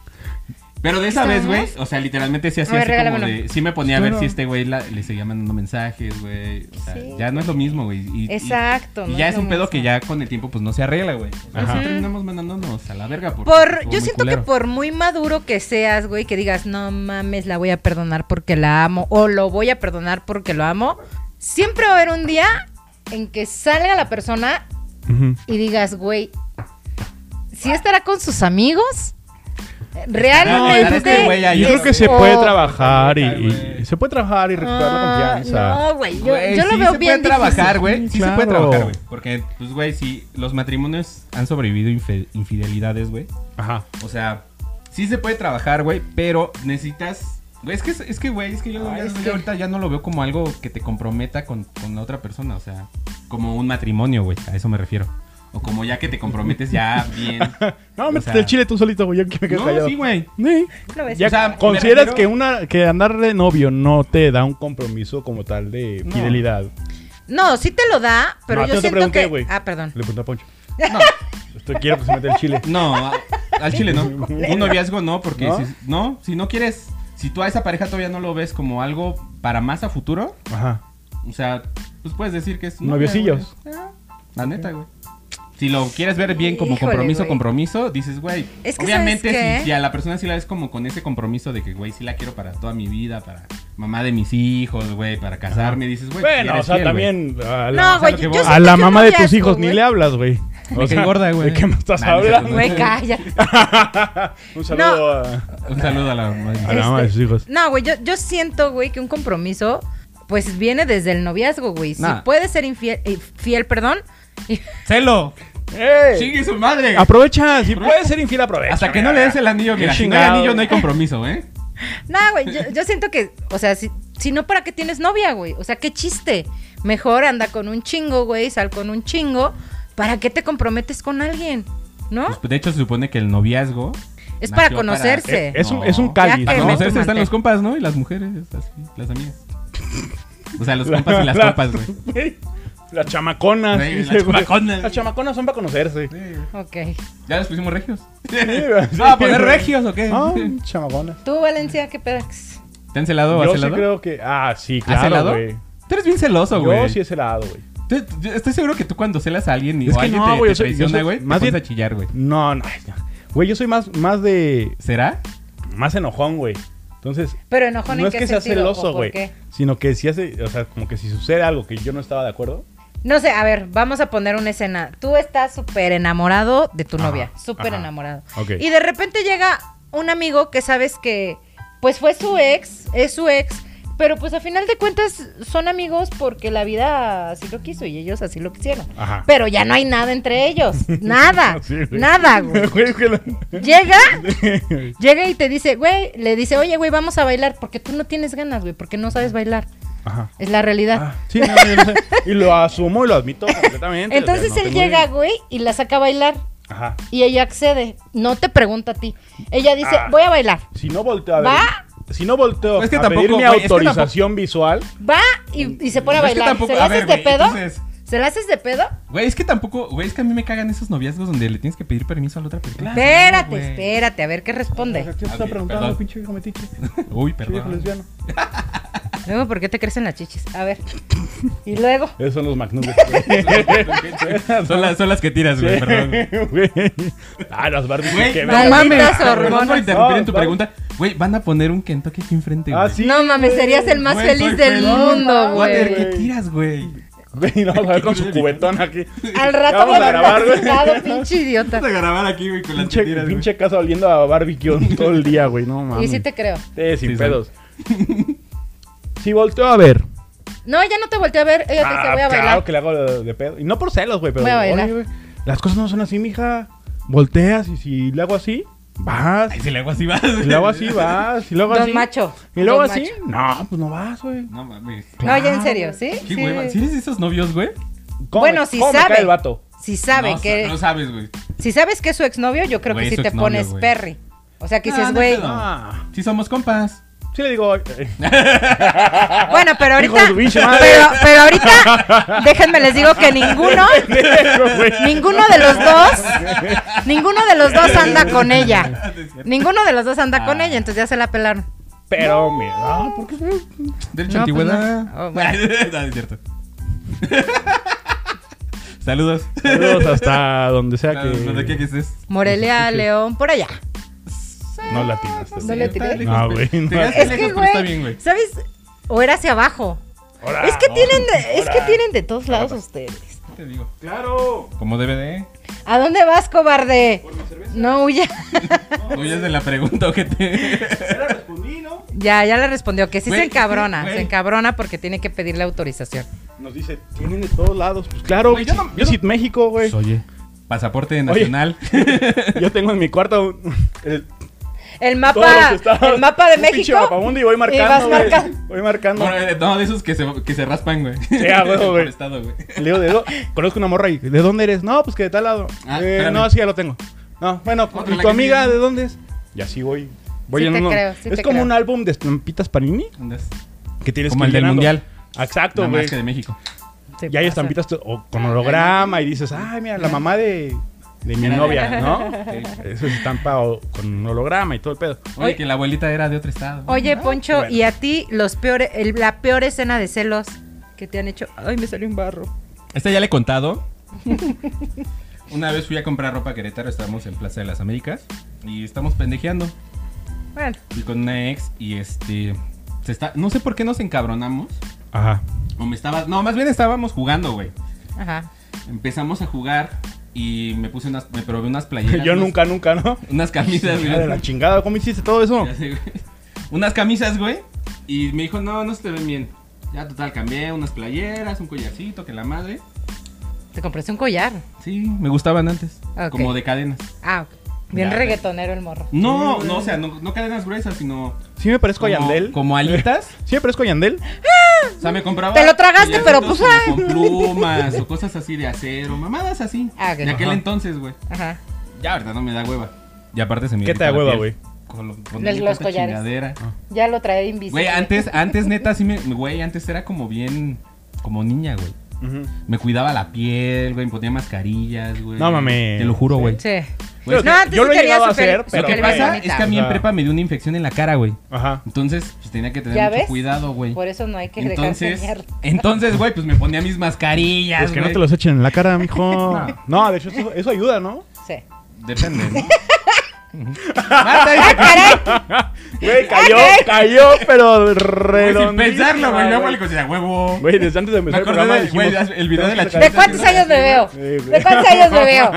Pero de esa vez, güey, o sea, literalmente sí
A
hacía
ver,
así como
regálamelo.
de... Sí me ponía a ver
Claro.
si este güey le seguía mandando mensajes, güey. O sea,
Sí.
ya no es lo mismo, güey.
Exacto,
Y
no
ya
es
es un
lo
pedo
mismo.
que ya con el tiempo pues no se arregla, güey. O sea,
Ajá.
sí terminamos mandándonos a la verga. porque
Por,
estuvo
yo
muy
siento
culero.
que por muy maduro que seas, güey, que digas, no mames, la voy a perdonar porque la amo, o lo voy a perdonar porque lo amo, siempre va a haber un día en que salga la persona
Ujú.
y digas, güey, ¿sí estará con sus amigos?
No,
Realmente.
es que, güey, ahí
Yo creo que se
o-
puede trabajar
güey.
y se puede trabajar y recuperar la confianza.
No, güey,
Güey,
yo lo
sí
veo
se
bien
puede trabajar,
difícil.
güey. Sí se
Claro.
puede trabajar, güey. Porque, pues, güey, si los matrimonios han sobrevivido infidelidades, güey.
Ajá.
O sea, sí se puede trabajar, güey, pero necesitas... Güey, güey, yo
Ay,
ya-
es
ya
que-
ahorita ya no lo veo como algo que te comprometa con la otra persona. O sea, como un matrimonio, güey. A eso me refiero. O como ya que te comprometes ya bien.
No,
O
métete
sea,
el chile tú solito, güey. Yo que me quedo
No,
callado.
sí, güey.
Sí.
¿Lo ves?
Ya
O sea,
consideras
me refiero-
que andar de novio no te da un compromiso como tal de
No.
fidelidad.
No, sí te lo da, pero
No,
yo
yo te
siento
pregunté,
que...
güey.
Ah, perdón.
Le pregunté a Poncho.
No,
Quiero que se meta el chile.
no, al chile no. Un noviazgo no, porque
¿No?
si no quieres, si tú a esa pareja todavía no lo ves como algo para más a futuro,
Ajá.
o sea, pues puedes decir que es novia,
Noviecillos.
güey. La neta, güey. Si lo quieres ver bien como
Híjole, güey.
compromiso, dices, güey.
Es que,
obviamente,
¿sabes qué?
si a la persona sí la ves como con ese compromiso de que, güey, sí la quiero para toda mi vida, para mamá de mis hijos, güey, para casarme, dices, güey.
Bueno,
eres
o sea,
fiel,
también a
No,
la,
güey,
lo que
yo
voy.
siento
a la
que
mamá
un
de tus
noviazgo,
hijos ni
güey.
le hablas, güey.
Me cae gorda, güey.
¿De qué me estás
Nah, no es
hablando?
cierto,
Güey, calla.
Un saludo a
Un saludo a la mamá.
la mamá de sus hijos.
No, güey, yo siento, güey, que un compromiso, pues viene desde el noviazgo, güey. Si
Nah.
puedes ser fiel, perdón.
¡Celo!
¡Ey!
¡Sigue su madre!
Aprovecha, si puedes ser infiel, aprovecha.
Hasta que no le des el anillo, mira,
Qué
si no hay
chingado.
anillo no hay compromiso, ¿eh?
No, güey, yo siento que, o sea, si no, ¿para qué tienes novia, güey? O sea, qué chiste. Mejor anda con un chingo, güey, sal con un chingo. ¿Para qué te comprometes con alguien? ¿No?
Pues, de hecho, se supone que el noviazgo
Es para
nació
conocerse.
Es un cáliz,
Ya
Para
que
¿no?
me-
conocerse están
mantel.
los compas, ¿no? Y las mujeres, así, las amigas. O sea, los compas y las compas, güey.
Las chamaconas.
Güey,
dice,
las
güey.
chamaconas.
Las chamaconas son para conocerse.
Ok.
¿Ya les pusimos regios?
Sí,
¿No, a poner regios o qué?
Ah, chamaconas.
Tú, Valencia, ¿qué pedax?
¿Te han celado o has
Yo sí
celado?
creo que... Ah, sí,
¿Has
claro,
celado?
güey.
Tú eres bien celoso, güey.
Yo sí he celado, güey.
Yo estoy seguro que tú cuando celas a alguien
Es
o
que
alguien
no,
te,
güey,
te
yo soy-
traiciona, güey, te
más
pones
bien-
a chillar, güey.
No, no. Güey, yo soy más de...
¿Será?
Más enojón, güey. Entonces,
Pero enojón
no
en
es
qué
que sea
sentido, ¿o
celoso,
por
güey,
qué?
sino que si hace, o sea, como que si sucede algo que yo no estaba de acuerdo.
No sé, a ver, vamos a poner una escena. Tú estás súper enamorado de tu
Ajá,
novia, súper
ajá,
enamorado.
ok.
Y de repente llega un amigo que sabes que, pues fue su ex, es su ex, pero pues a final de cuentas son amigos porque la vida así lo quiso y ellos así lo quisieron.
Ajá.
Pero ya no hay nada entre ellos, nada,
Sí, güey.
nada, güey.
Güey, es que lo-
Llega y te dice, güey, le dice, oye, güey, vamos a bailar, porque tú no tienes ganas, güey, porque no sabes bailar.
Ajá.
Es la realidad.
Ah, sí, no, yo lo sé. Y lo asumo y lo admito completamente.
Entonces
o sea, no
él
tengo
llega,
ni-
güey, y la saca a bailar.
Ajá.
Y ella accede. No te pregunta a ti. Ella dice,
Ah.
voy a bailar.
Si no volteo a ver.
¿Va?
Si no volteo
Es que
a
tampoco,
pedir mi
güey, es que
autorización visual.
Va y se pone a
No, es que
bailar.
tampoco-
¿Se la
a ver,
haces de
güey,
pedo?
entonces-
¿Se la haces de pedo?
Güey, es que tampoco, güey, es que a mí me cagan esos noviazgos donde le tienes que pedir permiso a la otra persona.
Espérate,
güey.
espérate, a ver qué
O sea,
responde.
¿qué te
A
está
ver,
preguntando,
perdón.
pinche viejo metiche?
Uy,
Pinche viejo
perdón.
lesbiano.
Luego, ¿por qué te crecen las chichis? A ver. Y luego.
Esos son los McNuggets, güey.
Son las que tiras, güey, perdón.
Güey. Ah, las Barbies.
Güey,
que
no
ven.
Malditas
mames.
hormonas.
Perdón por interrumpir en tu
No,
pregunta. Güey, van a poner un Kentucky aquí enfrente, güey.
Ah, sí.
No mames,
güey.
serías el más
Güey,
feliz
soy
del
feliz.
mundo,
Water,
güey.
¿qué tiras, güey?
Güey, no, vamos a ver con su cubetón aquí.
Al rato
Vamos a
bien
grabar, güey.
excitado, pinche idiota.
Vamos a grabar aquí, güey, con las que
Pinche,
tiras, güey.
pinche casa oliendo a barbecue todo el día, güey. No mames.
Y sí te creo.
Sí, sin
Sí,
pedos. Si volteo a ver.
No, ya no te volteé a ver. Ella te dice, voy a
Claro
bailar.
que le hago de pedo. Y no por celos, güey, pero.
Voy a bailar.
oye, güey, las cosas no son así, mija. Volteas y si le hago así, vas.
Ay, si le hago así, vas.
Si le hago así, vas. Si le hago
Don
así.
macho.
Y luego
Don
así,
macho.
no, pues no vas, güey.
No mames.
No, ya en serio, ¿sí?
Qué
Sí.
hueva. ¿Si eres de esos novios, güey?
¿Cómo
Bueno,
me-
si
cómo me
sabe.
cae el vato?
Si sabe
no,
que.
No sabes, güey.
Si sabes que es su exnovio, yo creo
Güey,
que sí
su
te
exnovio,
pones
güey.
perry. O sea, que
No,
dices,
no hay
güey.
pedo.
Ah,
Sí somos compas.
sí le digo.
Bueno, pero
Hijo
ahorita.
de su pinche madre.
Pero ahorita, déjenme les digo que ninguno de los dos. Ninguno de los dos anda con ella. Ninguno de los dos anda con ella, entonces ya se la pelaron.
Pero, mira, no, ¿por qué?
Derecho
No,
antigüedad.
pues no. Oh, bueno.
No, es cierto. Saludos.
Saludos hasta donde sea que.
Donde quiera que estés.
Morelia, León, por allá.
No latinaste.
No le tiré.
No, güey, no.
Te quedaste
Es que,
lejos, pero está bien,
güey,
güey.
¿sabes? O era hacia abajo.
Ahora,
Es que
no.
tienen de todos lados ustedes.
Te digo.
Claro.
Como DVD.
¿A dónde vas, cobarde? No huya.
No huyas de la pregunta o que te.
Ya respondí, ¿no?
Ya le respondió que sí
Güey,
se encabrona.
güey.
Se encabrona porque tiene que pedirle autorización.
Nos dice, tienen de todos lados. Pues claro,
Güey, yo no-
Visit México, güey.
Oye. Pasaporte nacional.
Yo tengo en mi cuarto
El
todos los
mapa,
estados.
el mapa de
Un pinche
México.
mapamundi y voy
vas
marcando, güey.
marcando.
Voy marcando.
Bueno, no, de esos que se raspan, güey.
Sí, a huevo, güey.
Por estado, güey.
Le digo, conozco una morra y, ¿de dónde eres? No, pues que de tal lado.
Ah, espérame.
no, sí, ya lo tengo. No, bueno,
Otra,
¿y
la
tu
que
amiga
sigue.
de dónde es? Y así voy. Voy
Sí
en
te
uno.
creo, sí
es
te
como
creo.
un álbum de estampitas Panini
¿Dónde es?
que tienes
Como
que
el
ir
del
llenando.
mundial.
Exacto,
Nada
güey.
más que de México.
Se
Y hay
pasa.
estampitas con holograma y dices, ay, mira, la mamá de mi novia, ¿no? Eso es estampa con holograma y todo el pedo.
Oye, que la abuelita era de otro estado.
Oye, Poncho,
bueno.
¿y a ti la peor escena de celos que te han hecho? Ay, me salió un barro.
Esta ya le he contado. Una vez fui a comprar ropa a Querétaro, estábamos en Plaza de las Américas y estamos pendejeando.
Bueno,
Fui con una ex y no sé por qué nos encabronamos.
Ajá.
No, más bien estábamos jugando, güey.
ajá.
Empezamos a jugar y me probé unas playeras.
Yo nunca, ¿no?
Unas camisas,
Hija de la
güey.
chingada, ¿cómo hiciste todo eso?
Ya sé, güey. Unas camisas, güey. Y me dijo, no se te ven bien. Ya, total, cambié unas playeras, un collarcito, que la madre.
Te compraste un collar.
Sí, me gustaban antes.
Ok.
Como de cadenas.
Ah, ok. Bien
Ya,
reggaetonero el morro.
No, o sea, no cadenas gruesas, sino.
Sí me parezco a Yandel.
Como alitas.
Sí me parezco a Yandel.
O sea, me compraba.
Te lo tragaste, pero pues,
collarcitos como con plumas o cosas así de acero, mamadas así.
Ah, ok.
De aquel
Ajá.
entonces, güey.
Ajá.
Ya, ahorita no me da hueva. Y aparte se me
¿Qué te
irrita
da
la
hueva,
piel.
güey?
Con
Los
tanta
collares.
chingadera.
Ya lo trae invisible.
Güey, antes neta sí güey, antes era como bien, como niña, güey.
Ujú.
Me cuidaba la piel, güey, me ponía mascarillas, güey.
No mames.
Te lo juro, güey.
Sí.
Güey,
No,
antes
yo
sí
lo he
tenía
llegado a
su piel-
hacer,
su
pero
Lo que
piel
güey,
pasa
bonita.
es que a mí
O
en
sea-
prepa me dio una infección en la cara, güey.
Ajá.
Entonces, pues tenía que tener
¿Ya
mucho
ves?
cuidado, güey.
Por eso no hay que dejarse enseñar.
Entonces, güey, pues me ponía mis mascarillas,
Pues que no
güey.
te los echen en la cara, mijo. No, de hecho, eso ayuda, ¿no?
Sí.
Depende, ¿no? Marta dice que
Güey, cayó, pero redondo.
sin pensarlo, güey. Luego le decía, huevo.
Güey, desde antes de
Me
empezar el
acordé
programa
de, güey,
dijimos...
el video de la
¿De
chica.
cuántos años me veo?
Sí, güey.
¿De cuántos años me veo?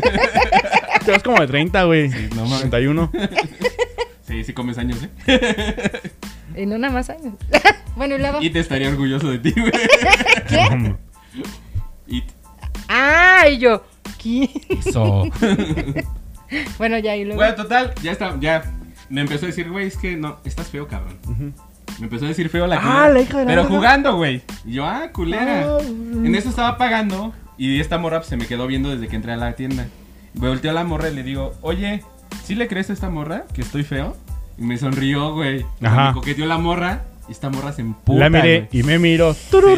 Te vas como de 30, güey.
no mames.
31.
Sí comes años, ¿eh?
Y no nada más años. Bueno, y luego.
Y te estaría orgulloso de ti, güey.
¿Qué?
Y
Ah, y yo. ¿Qué?
eso.
Bueno, ya, y luego.
Bueno, total, ya. Me empezó a decir, güey, es que no, estás feo, cabrón. Me empezó a decir feo la culera.
la hija de la
Pero
verga.
jugando, güey. Y yo, culera.
Ah,
En eso estaba pagando. Y esta morra pues, se me quedó viendo desde que entré a la tienda. Me volteó a la morra y le digo, oye, ¿sí le crees a esta morra que estoy feo? Y me sonrió, güey.
Ajá.
Me coqueteó la morra. Y esta morra se emputa.
La miré
güey.
y me miró.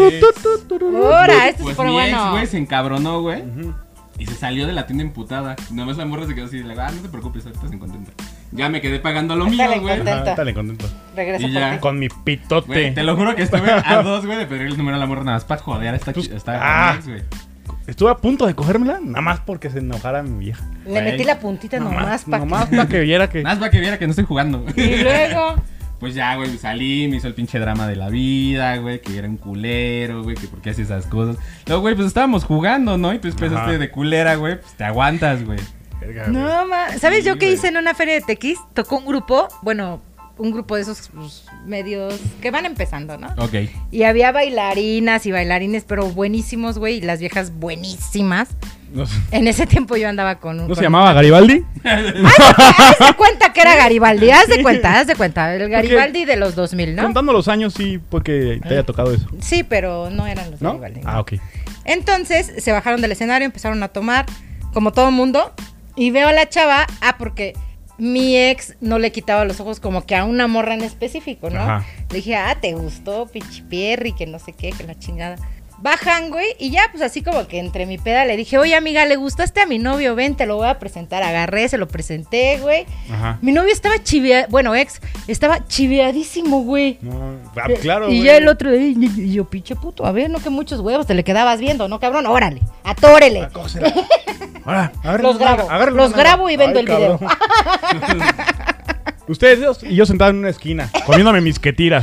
Ahora, esto
Pues
es por
mi ex,
bueno.
güey, se encabronó, güey. Y se salió de la tienda emputada. Nada más la morra se quedó así. Le digo, no te preocupes, ahorita se contenta. Ya me quedé pagando lo mío,
Ándale,
güey.
contenta.
Dale, contento.
Regreso
Y
por
ya.
ti.
Con mi pitote.
Güey, te lo juro que estuve a 2, güey, de pedirle el número a la morra nada más para joder a esta
Pues,
esta ex, güey.
Estuve a punto de cogérmela, nada más porque se enojara mi vieja.
Le metí la puntita nomás para
Nomás para que viera que...
Nada más para que viera que no estoy jugando.
Y luego.
Pues ya, güey, salí, me hizo el pinche drama de la vida, güey, que era un culero, güey, que por qué hace esas cosas. Luego, güey, pues estábamos jugando, ¿no? Y pues
Ajá.
de culera, güey, pues te aguantas, güey.
Verga, güey.
No, ¿sabes
Sí,
yo qué
güey.
hice en una feria de tequis? Tocó un grupo, bueno, un grupo de esos pues, medios que van empezando, ¿no?
Ok.
Y había bailarinas y bailarines, pero buenísimos, güey, y las viejas buenísimas.
¿No,
En ese tiempo yo andaba con un...
¿no se
con-
llamaba Garibaldi?
Haz de cuenta que era Garibaldi, haz de cuenta, el Garibaldi de los 2000, ¿no?
Contando los años, sí, porque te haya tocado eso.
Sí, pero no eran los
¿No?
Garibaldi.
Ah, ok.
Entonces se bajaron del escenario, empezaron a tomar, como todo mundo, y veo a la chava, porque mi ex no le quitaba los ojos como que a una morra en específico, ¿no?
Ajá.
Le dije, te gustó, pichipierri, que no sé qué, que la chingada. Bajan, güey, y ya, pues así como que entre mi peda le dije, oye, amiga, ¿le gustaste a mi novio? Ven, te lo voy a presentar. Agarré, se lo presenté, güey.
Ajado.
Mi novio estaba ex, estaba chiveadísimo, güey.
No, claro,
Y
güey.
ya el otro día, y yo, pinche puto, a ver, no que muchos huevos te le quedabas viendo, ¿no, cabrón? Órale, atórele.
Ah, cósela. Ahora, agárrenle
Los
una
grabo,
nalga, agárrenle
los
una nalga.
grabo y vendo
Ay,
el video.
cabrón. Ustedes dos y yo sentado en una esquina, comiéndome mis quetiras.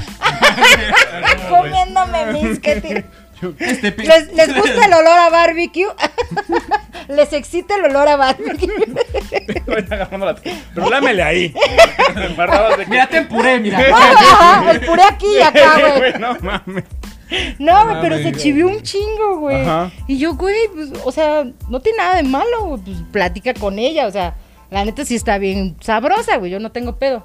Comiéndome mis que te-
Este
¿Les gusta el olor a barbecue? ¿Les excita el olor a barbecue?
Pero lámele ahí. Embarrabas de que-
Mira, te empuré, mira.
Ajá, el puré aquí y acá, güey.
Güey, no mames.
No, güey, pero
mames.
se chivió un chingo, güey.
Ajá.
Y yo, güey, pues, o sea, no tiene nada de malo, güey. Pues platica con ella, o sea, la neta sí está bien sabrosa, güey. Yo no tengo pedo.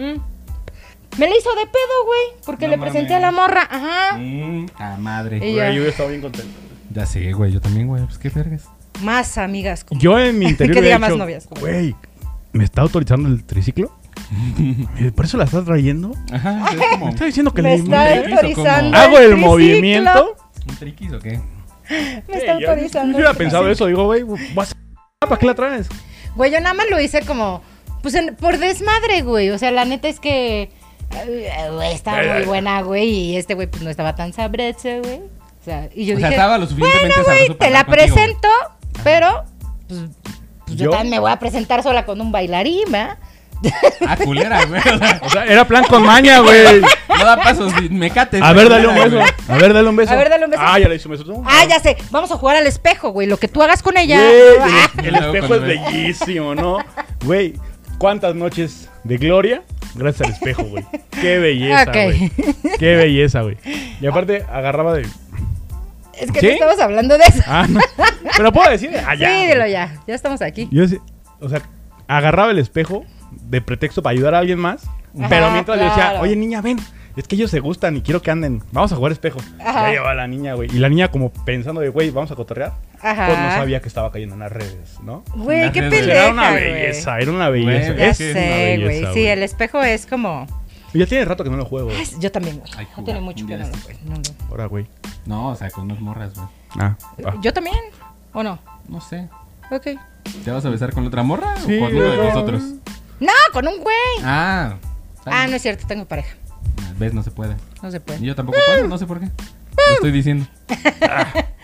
Me la hizo de pedo, güey, porque
No
le presenté a la
mames.
morra. Ajá.
Madre.
Y-
Güey, yo estaba bien contento.
Ya sé, güey, yo también, güey. Pues qué vergas.
Más amigas. Como...
Yo en mi interior
Que
le he
diga más
dicho,
novias.
güey, ¿me está autorizando el triciclo? ¿Por eso la estás trayendo?
Ajá, es como
¿Me está diciendo que
Me
le
está
triquis o
autorizando.
cómo?
hago el
triciclo.
movimiento?
un triquis o qué.
Me está
Yo
autorizando.
hubiera
el
pensado
triciclo.
eso, digo, güey, ¿para qué la traes?
Güey, yo nada más lo hice como, pues por desmadre, güey. O sea, la neta es que güey, estaba muy buena, güey. Y este güey, pues no estaba tan sabroso, güey. O sea, y yo
O sea,
dije,
estaba lo suficientemente
bueno, güey,
sabroso para
te la
andar contigo, güey.
presento, pero pues yo
¿Yo?
también me voy a presentar sola con un bailarín, ¿verdad?
Culera, güey. O sea,
O sea, era plan con maña, güey.
no da pasos, me cates.
A ver, dale un
culera,
beso.
güey.
A ver, dale un beso.
A ver, dale un beso.
Ah, ya le hice un beso. No,
Ah, ya sé, vamos a jugar al espejo, güey. Lo que tú hagas con ella.
Güey,
Ah,
el espejo es bellísimo, ¿no? Güey, ¿cuántas noches de gloria? Gracias al espejo, güey. Qué belleza,
Ok.
güey. Qué belleza, güey. Y aparte, agarraba de...
es que
¿Sí?
no estamos hablando de eso.
Ah, no. Pero puedo decir, allá.
Sí, dilo ya. Ya estamos aquí.
Yo sí, o sea, agarraba el espejo de pretexto para ayudar a alguien más,
Ajá,
pero mientras le decía,
claro.
oye niña, ven, es que ellos se gustan y quiero que anden, vamos a jugar espejo.
Ajá.
Ya llevaba a la niña, güey. Y la niña como pensando de, güey, vamos a cotorrear.
Ajá.
Pues no sabía que estaba cayendo en las redes, ¿no?
Güey, qué
Gracias, güey.
pendeja,
Era una
güey.
belleza, era una belleza.
Güey,
Ya
es
sé,
una
güey.
belleza,
Sí, el espejo es como...
Ya tiene rato que no lo juego.
Ay, yo también, güey.
Ay,
No
jugar,
tiene mucho
un
que
día
no
de
lo
estos.
juego. No, no.
Ahora, güey.
No, o sea, con unas morras, güey.
Ah, va.
¿Yo también? ¿O no?
No sé.
Ok.
¿Te vas a besar con la otra morra
Sí,
o con uno de
no.
nosotros?
No, con un güey.
Ah.
Ah, no es cierto, tengo pareja.
¿Ves? No se puede.
No se
Y
puede.
yo tampoco puedo, no sé por qué. Lo estoy diciendo.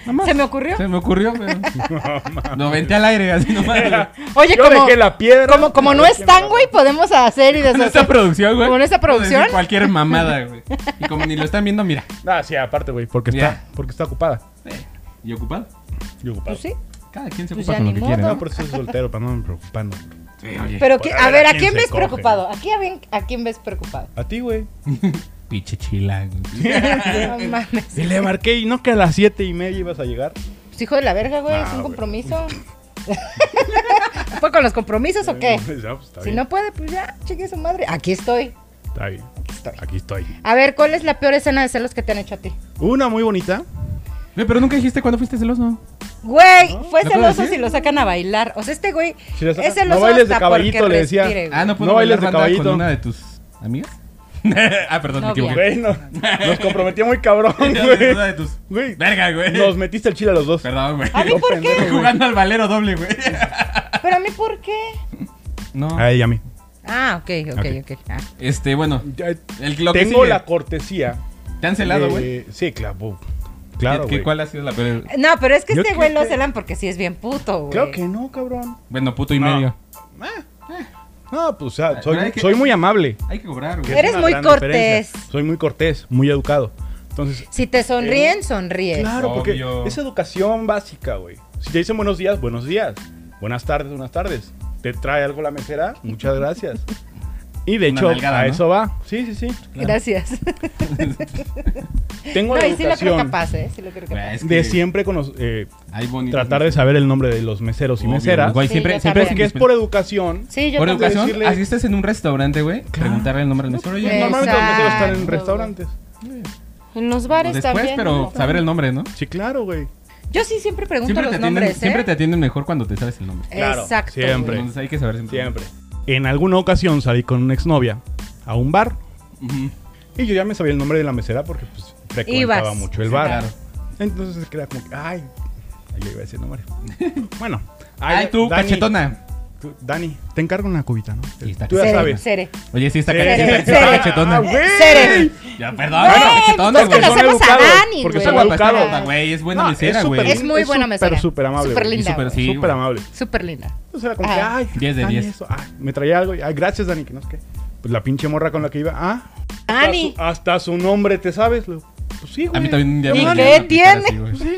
¿Se me ocurrió?
Se me ocurrió, pero... Lo venté al aire, así nomás. güey.
Oye,
Yo dejé la piedra.
como no están, güey, podemos hacer y
Con esta
deshacer.
producción, güey.
¿Con esta
puedo decir
producción?
Cualquier mamada, güey. Y como ni lo están viendo, mira.
Ah, sí, aparte, güey, porque
Ya.
está ocupada.
¿Y ocupado?
Yo ocupado.
Pues sí.
Cada quien se
Pues
ocupa
ya
con lo
ni
que quiere,
modo.
No,
¿no?
por eso soy soltero, para no me preocupando.
Sí, oye.
Pero,
Pues,
a ver, ¿a quién
se
ves
coge?
preocupado? ¿A quién ves preocupado?
A ti, güey.
Pinche chila, güey.
No mames.
Y le marqué y no que a las 7:30 ibas a llegar.
Pues hijo de la verga, güey, es un
güey.
compromiso. ¿Fue con los compromisos o qué?
Ya, pues, está
Si
bien.
no puede, pues ya, chingue su madre. Aquí estoy.
Está bien. Aquí estoy.
A ver, ¿cuál es la peor escena de celos que te han hecho a ti?
Una muy bonita.
Pero nunca dijiste cuándo fuiste celoso.
Güey, fue
¿No puedo
celoso
decir?
si lo sacan a bailar. O sea, este güey
Si la sacan-
es celoso
no bailes de
hasta
caballito,
porque
le decía.
respire, güey.
Ah, no puedo
No bailes
bailar
de
banda
caballito.
con una de tus amigas. Ah, perdón, me
Novia.
equivoqué.
Güey, nos comprometía muy cabrón,
Una
güey.
de tus...
Güey,
Verga, güey.
nos metiste el chile a los dos.
Perdón, güey.
¿A mí por qué?
Jugando al valero doble, güey.
Pero a mí, ¿por qué?
No.
A ella, a mí.
Ah, ok. Ah.
Bueno.
Ya,
Lo que
tengo
sigue.
la cortesía.
¿Te han celado, güey?
Sí, claro. Claro,
¿Qué-
güey.
¿Cuál ha sido la peor?
No, pero es que
Yo
este
creo
güey lo
que-
celan porque sí es bien puto, güey.
Claro que no, cabrón.
Bueno, puto y
No.
medio.
No, pues, o sea,
Pero hay que-
soy muy amable.
Hay que cobrar,
que
güey.
es
Eres
una
muy
gran
cortés.
diferencia. Soy muy cortés, muy educado. Entonces,
Si te sonríen, sonríes.
claro, porque
Obvio.
es educación básica, güey. Si te dicen buenos días, buenos días. Buenas tardes. ¿Te trae algo la mesera? Muchas gracias. Y de
Una
hecho,
nalgada,
a
¿no?
eso va. Sí.
Gracias.
Tengo
No,
la
y sí lo creo
educación
capaz, ¿eh? Sí lo creo
Güey,
capaz.
es
de
que
siempre
hay bonitos
tratar de saber el nombre de los meseros y
Obvio,
meseras.
güey,
Sí,
siempre,
yo
siempre
también.
Porque es por educación.
Sí, yo
por
también.
educación,
decirle-
así estés en un restaurante, güey, preguntarle el nombre del mesero. Oye,
Normalmente los meseros están en
Exacto,
restaurantes.
En los bares
después,
también.
pero
¿no?
saber el nombre, ¿no?
Sí, claro, güey.
Yo sí siempre pregunto
Siempre te,
los
atienden,
nombres, ¿eh?
siempre te atienden mejor cuando te sabes el nombre.
Claro,
Exacto.
siempre.
güey.
Entonces hay que saber siempre.
Siempre. En alguna ocasión salí con una exnovia a un bar
Ujú.
y yo ya me sabía el nombre de la mesera porque pues frecuentaba
Ibas.
mucho el bar.
Claro.
Entonces queda como que, ay, ahí le iba a decir el nombre. Bueno.
Ay, tú,
Dani,
cachetona.
Dani, te encargo una cubita, ¿no?
Sí, está
Tú ya
Cere,
sabes.
Cere.
Oye, sí está,
Sí.
cachetona.
Ah, güey.
Cere.
Ya, perdón,
Güey,
cachetona,
pues
güey.
conocemos a
educados,
Dani,
porque
güey.
son
Está guapa, está
educados.
guapa, güey. Es buena
No,
mesera,
súper-
güey.
Es muy buena mesera.
Súper amable.
Súper
güey.
linda,
súper,
güey.
sí,
Súper
güey.
amable.
Súper linda.
Entonces era como que,
Ajá.
ay,
10 de
Dani,
10.
eso, ay, me traía algo. Ay, gracias, Dani, que no sé qué. Pues la pinche morra con la que iba,
Dani.
hasta su nombre, ¿te sabes? Le digo, pues sí, güey.
A mí también un día
¿Y
me
qué
mandaron a picar
tiene?
así,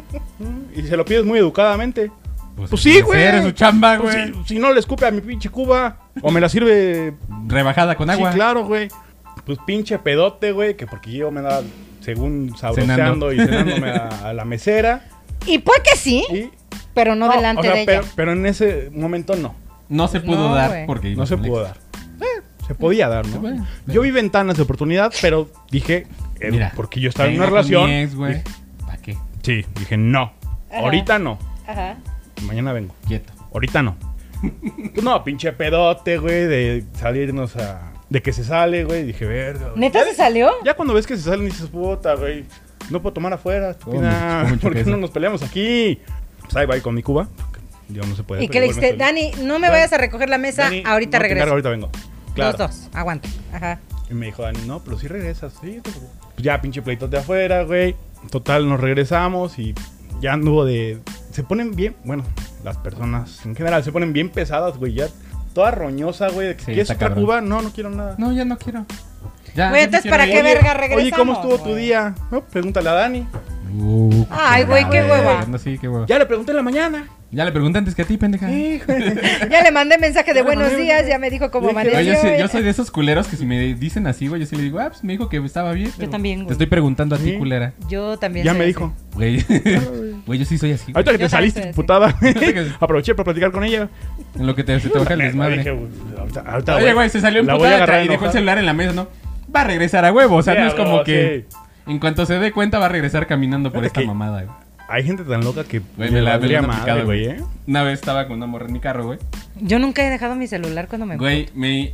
güey.
Y se lo pides muy educadamente.
Pues
sí, güey.
Eres su chamba,
Pues
güey.
si no le escupe a mi pinche cuba, o me la sirve.
Rebajada con agua.
Sí, claro, güey. Pues pinche pedote, güey, que porque yo me andaba, según sabroseando
Cenando.
y cenándome a la mesera.
Y puede que sí,
Y,
pero no delante
o sea,
de ella.
pero en ese momento no.
No se pudo
No,
dar
güey.
porque
No
ibas
se
con
pudo
ex.
dar. Se podía dar, ¿no?
puede.
Yo vi ventanas de oportunidad, pero dije,
Mira,
porque yo estaba en
vengo
una
con mi
relación.
ex, güey. ¿Para qué?
Sí, dije, no.
Ajá.
Ahorita no.
Ajá.
Mañana vengo.
Quieto.
Ahorita no. Pues no, pinche pedote, güey, de salirnos a... De que se sale, güey. Dije, verga. güey.
¿Neta se salió?
Ya cuando ves que se salen dices, puta, güey. No puedo tomar afuera, estúpida.
¿Cómo mucho
¿Por qué
queso?
no nos peleamos aquí? Pues ahí va con mi cuba. porque Yo no se puede.
¿Y qué le dijiste? Dani, no me vayas a recoger la mesa, ahorita regreso.
Ahorita vengo. Claro.
Los dos, aguanta. Ajá.
Y me dijo Dani, no, pero sí regresas. Sí, pues ya pinche pleitos de afuera, güey. Total, nos regresamos y ya anduvo de... Se ponen bien, bueno, las personas en general se ponen bien pesadas, güey. Ya toda roñosa, güey. de que,
Sí,
¿Quieres
está
otra
cabrón.
cuba? No, no quiero nada.
No, ya no quiero. Ya,
Güey,
ya
entonces,
no
¿para
quiero
qué
ir.
verga regresamos?
Oye, ¿cómo estuvo tu
güey?
día? No, pregúntale a Dani.
Ay, güey, qué hueva.
No, sí, qué hueva.
Ya le pregunté en la mañana.
Ya le pregunté antes que a ti, pendeja.
Sí, güey.
Ya le mandé mensaje de
Ya le
buenos
mandé,
días, ya me dijo cómo
Dije,
Oye,
amaneció.
yo soy de esos culeros que si me dicen así, güey, yo sí le digo, pues me dijo que estaba bien. pero
también, güey.
Te estoy preguntando a ti,
Sí.
culera.
Yo también.
Ya
soy
me
así.
dijo.
Güey, güey, yo sí soy así. güey.
Ahorita que
Yo
te
también
saliste,
soy así.
putada.
que-
Aproveché para platicar con ella.
En lo que se te baja el
Dije,
desmadre.
güey, ahorita,
Oye, güey, se salió en
la voy a agarrar
putada y dejó el
enojada.
celular en la mesa, ¿no? Va a regresar a huevo, o sea,
Sí,
no es como
no,
que
sí.
en cuanto se dé cuenta va a regresar caminando por
Fíjate
esta
que-
mamada, güey.
Hay gente tan loca que
Güey,
le
me la
valdría
han
madre,
aplicado,
güey,
güey.
¿eh?
Una vez estaba con una morra en mi carro, güey.
Yo nunca he dejado mi celular cuando me
Güey,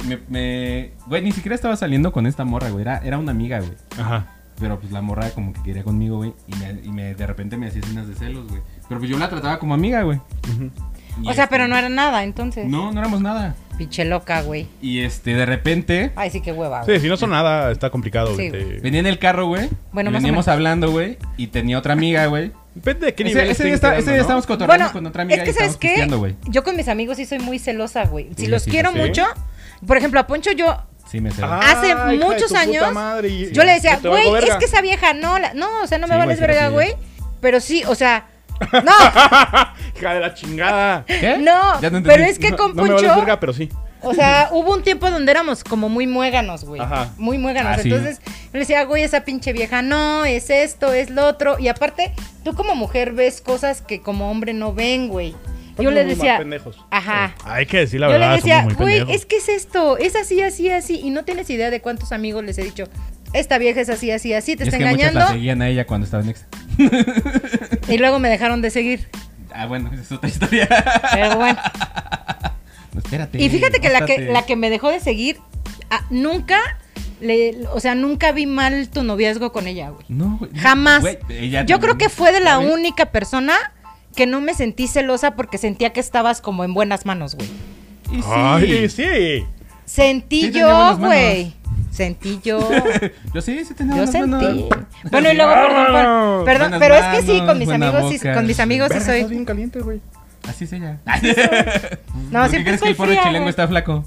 güey, ni siquiera estaba saliendo con esta morra, güey. Era una amiga, güey.
Ajá.
Pero pues la morra como que quería conmigo, güey. De repente me hacía escenas de celos, güey. Pero pues yo la trataba como amiga, güey.
Ujú.
Y
O sea, pero no era nada, entonces.
No, no éramos nada.
Pinche loca, güey.
Y de repente
Ay, sí, qué hueva, güey.
Sí, si no son nada, está complicado.
Sí,
güey.
venía en el carro, güey.
Bueno,
y
más o
veníamos
menos.
hablando, güey. Y tenía otra amiga, güey.
Depende de qué nivel
Ese día
estén quedando, ¿no?
estábamos cotorreando
Bueno,
con otra amiga
es que
y
¿sabes
estábamos
qué?
pisteando, güey.
Yo con mis amigos sí soy muy celosa, güey. Si
Sí,
los
sí,
quiero
sí.
mucho, por ejemplo, a Poncho yo
Sí, me sé.
hace
hija de
muchos
tu puta
años,
madre, y-
yo le decía,
yo te valgo
güey, es
verga.
que esa vieja no, no, o sea, no me
Sí,
vales
güey, sí,
verga,
sí.
güey. Pero sí, o sea, no,
Hija de la chingada.
¿Qué?
no,
Ya no entendí.
pero es que con
No me vales
Poncho,
verga, pero sí.
o sea, hubo un tiempo donde éramos como muy muéganos, güey.
Ajá.
Muy muéganos.
Ah, sí.
Entonces, yo le decía, güey, esa pinche vieja no, es esto, es lo otro. Y aparte, tú como mujer ves cosas que como hombre no ven, güey. Yo
Somos
le
muy
decía,
más pendejos.
ajá.
Hay que decir la
Yo
verdad,
le decía,
somos muy
güey,
pendejos.
es que es esto, es así, así, así. Y no tienes idea de cuántos amigos les he dicho, esta vieja es así, así, así, te
Y es
está
que muchos la
engañando.
seguían a ella cuando estaba en Exa.
Y luego me dejaron de seguir.
Ah, bueno, esa es otra historia.
Pero bueno.
No, espérate.
Y fíjate que
bástate.
la que me dejó de seguir, nunca, o sea, nunca vi mal tu noviazgo con ella, güey.
No, güey.
Jamás.
Güey, ella
Yo creo que fue de la
¿sabes?
única persona que no me sentí celosa porque sentía que estabas como en buenas manos, güey.
Y sí.
Ay, sí.
Sentí
Sí, tenía
yo,
buenas manos.
güey. Sentí yo.
Yo sí tenía
Yo
unas manos.
sentí. Bueno, y luego,
Vámonos.
perdón,
Buenas
pero es que sí,
manos,
con mis
buena
amigos, sí,
boca.
con mis amigos sí
Verga, estás
soy.
bien caliente, güey.
Así es ella.
No,
¿Por qué
siempre
crees que
soy
el pobre
fría,
chilengo
güey.
está flaco?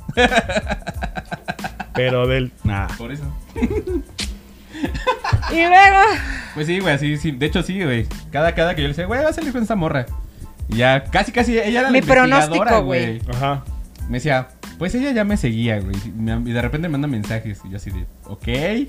Pero del... Nah.
Por eso.
Y luego,
Pues sí, güey, así, sí. De hecho, sí, güey. Cada que yo le decía, güey, va a salir con esta morra. Y ya, casi, ella era la
Mi
investigadora,
pronóstico, güey.
Ajá.
Me decía, pues ella ya me seguía, güey. Y de repente me manda mensajes. Y yo así de, ok.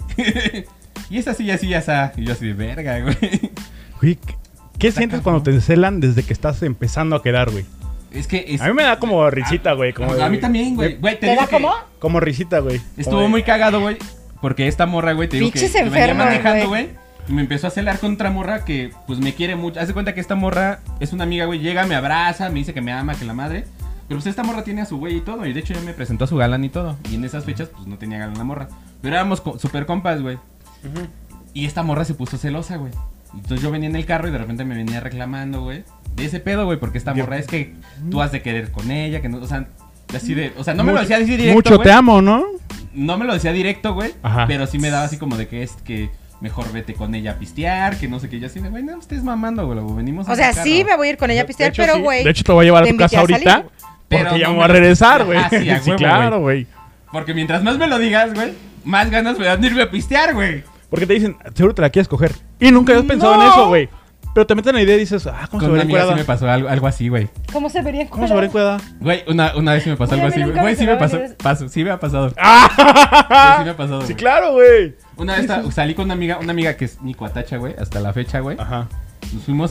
Y es así, así, así. Y yo así de, verga, güey.
Güey, ¿qué sientes cuando te celan desde que estás empezando a quedar, güey?
Es que...
A mí me da como risita, güey. Como
A mí también, güey. Güey,
¿te da cómo?
Como risita, güey.
Estuvo
Como de-
muy cagado, güey. Porque esta morra, güey, te digo que
Pinches
yo venía
enfermos,
manejando,
güey.
güey. Y me empezó a celar con otra morra que, pues, me quiere mucho. Haz de cuenta que esta morra es una amiga, güey. Llega, me abraza, me dice que me ama, que la madre. Pero pues esta morra tiene a su güey y todo. Y de hecho ya me presentó a su galán y todo. Y en esas fechas, pues, no tenía galán la morra. Pero éramos super compas, güey. Y esta morra se puso celosa, güey. Entonces yo venía en el carro y de repente me venía reclamando, güey. De ese pedo, güey. Porque esta morra es que tú has de querer con ella, que no, o sea... Así de, o sea, no me lo decía así directo,
Mucho
güey.
te amo, ¿no?
No me lo decía directo, güey.
Ajá.
Pero sí me daba así como de que es que mejor vete con ella a pistear, que no sé qué. Yo así de, güey, no estés mamando, güey. Venimos
O sea,
sacar,
sí
¿no?
me voy a ir con ella a pistear,
De hecho,
pero
sí.
güey.
De hecho, te voy a llevar a
te
tu casa
invité a salir,
ahorita.
güey.
Pero
Porque ya
no
me voy a
me-
regresar, güey.
Ajá, sí, a huevo,
claro, güey.
Porque mientras más me lo digas, güey, más ganas me dan de irme a pistear, güey.
Porque te dicen, seguro te la quieres coger. Y nunca habías pensado en
No.
eso, güey. Pero te meten la idea y dices, ah, ¿cómo se
Con una
verá
amiga sí
encuerada?
me pasó algo así, güey.
¿Cómo se vería?
¿Cómo se verá encuerada?
Güey, una vez sí me pasó
Güey,
algo
a mí
así, güey.
nunca
Güey,
me
sí me pasó,
pasó.
sí me ha pasado. Güey,
¡Ah!
sí me ha pasado,
Sí,
güey.
claro, güey.
Una vez salí con una amiga que es mi cuatacha, güey, hasta la fecha, güey.
Ajá.
Nos fuimos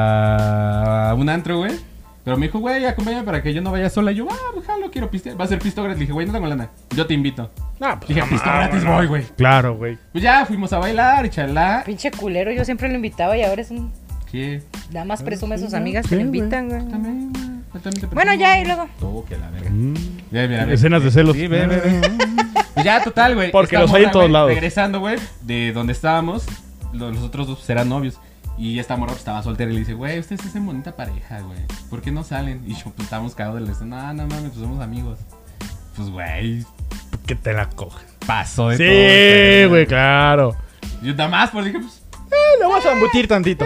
a un antro, güey. Pero me dijo, güey, acompáñame para que yo no vaya sola. Y yo, pues jalo, quiero pistear. Va a ser pisto gratis. Le dije, güey, no tengo lana. Yo te invito.
No, pues,
Dije,
no
pisto
mames,
gratis
no.
voy, güey.
Claro, güey.
Pues ya fuimos a bailar y charlar.
Pinche culero, yo siempre lo invitaba y ahora es un.
¿Qué?
Nada más presume a sus
sí,
amigas
sí,
que lo
güey.
invitan, güey.
También, güey. Yo también te
Bueno,
presumo.
ya, y luego.
Tú, que la verga.
Mm.
Ya, mira, ve.
Escenas de celos.
Sí, ve. Pues ya, total, güey.
Porque
Esta
los hay en
morra,
todos
güey,
lados.
Regresando, güey, de donde estábamos, los otros dos pues, eran novios. Y esta morra pues, estaba soltera y le dice, güey, ustedes hacen bonita pareja, güey. ¿Por qué no salen? Y yo, pues, estábamos cagados de la no mames, pues somos amigos. Pues, güey,
Que te la coges.
pasó de todo.
Sí, güey, claro.
Yo nada más, pues dije, pues,
Le vamos a embutir tantito.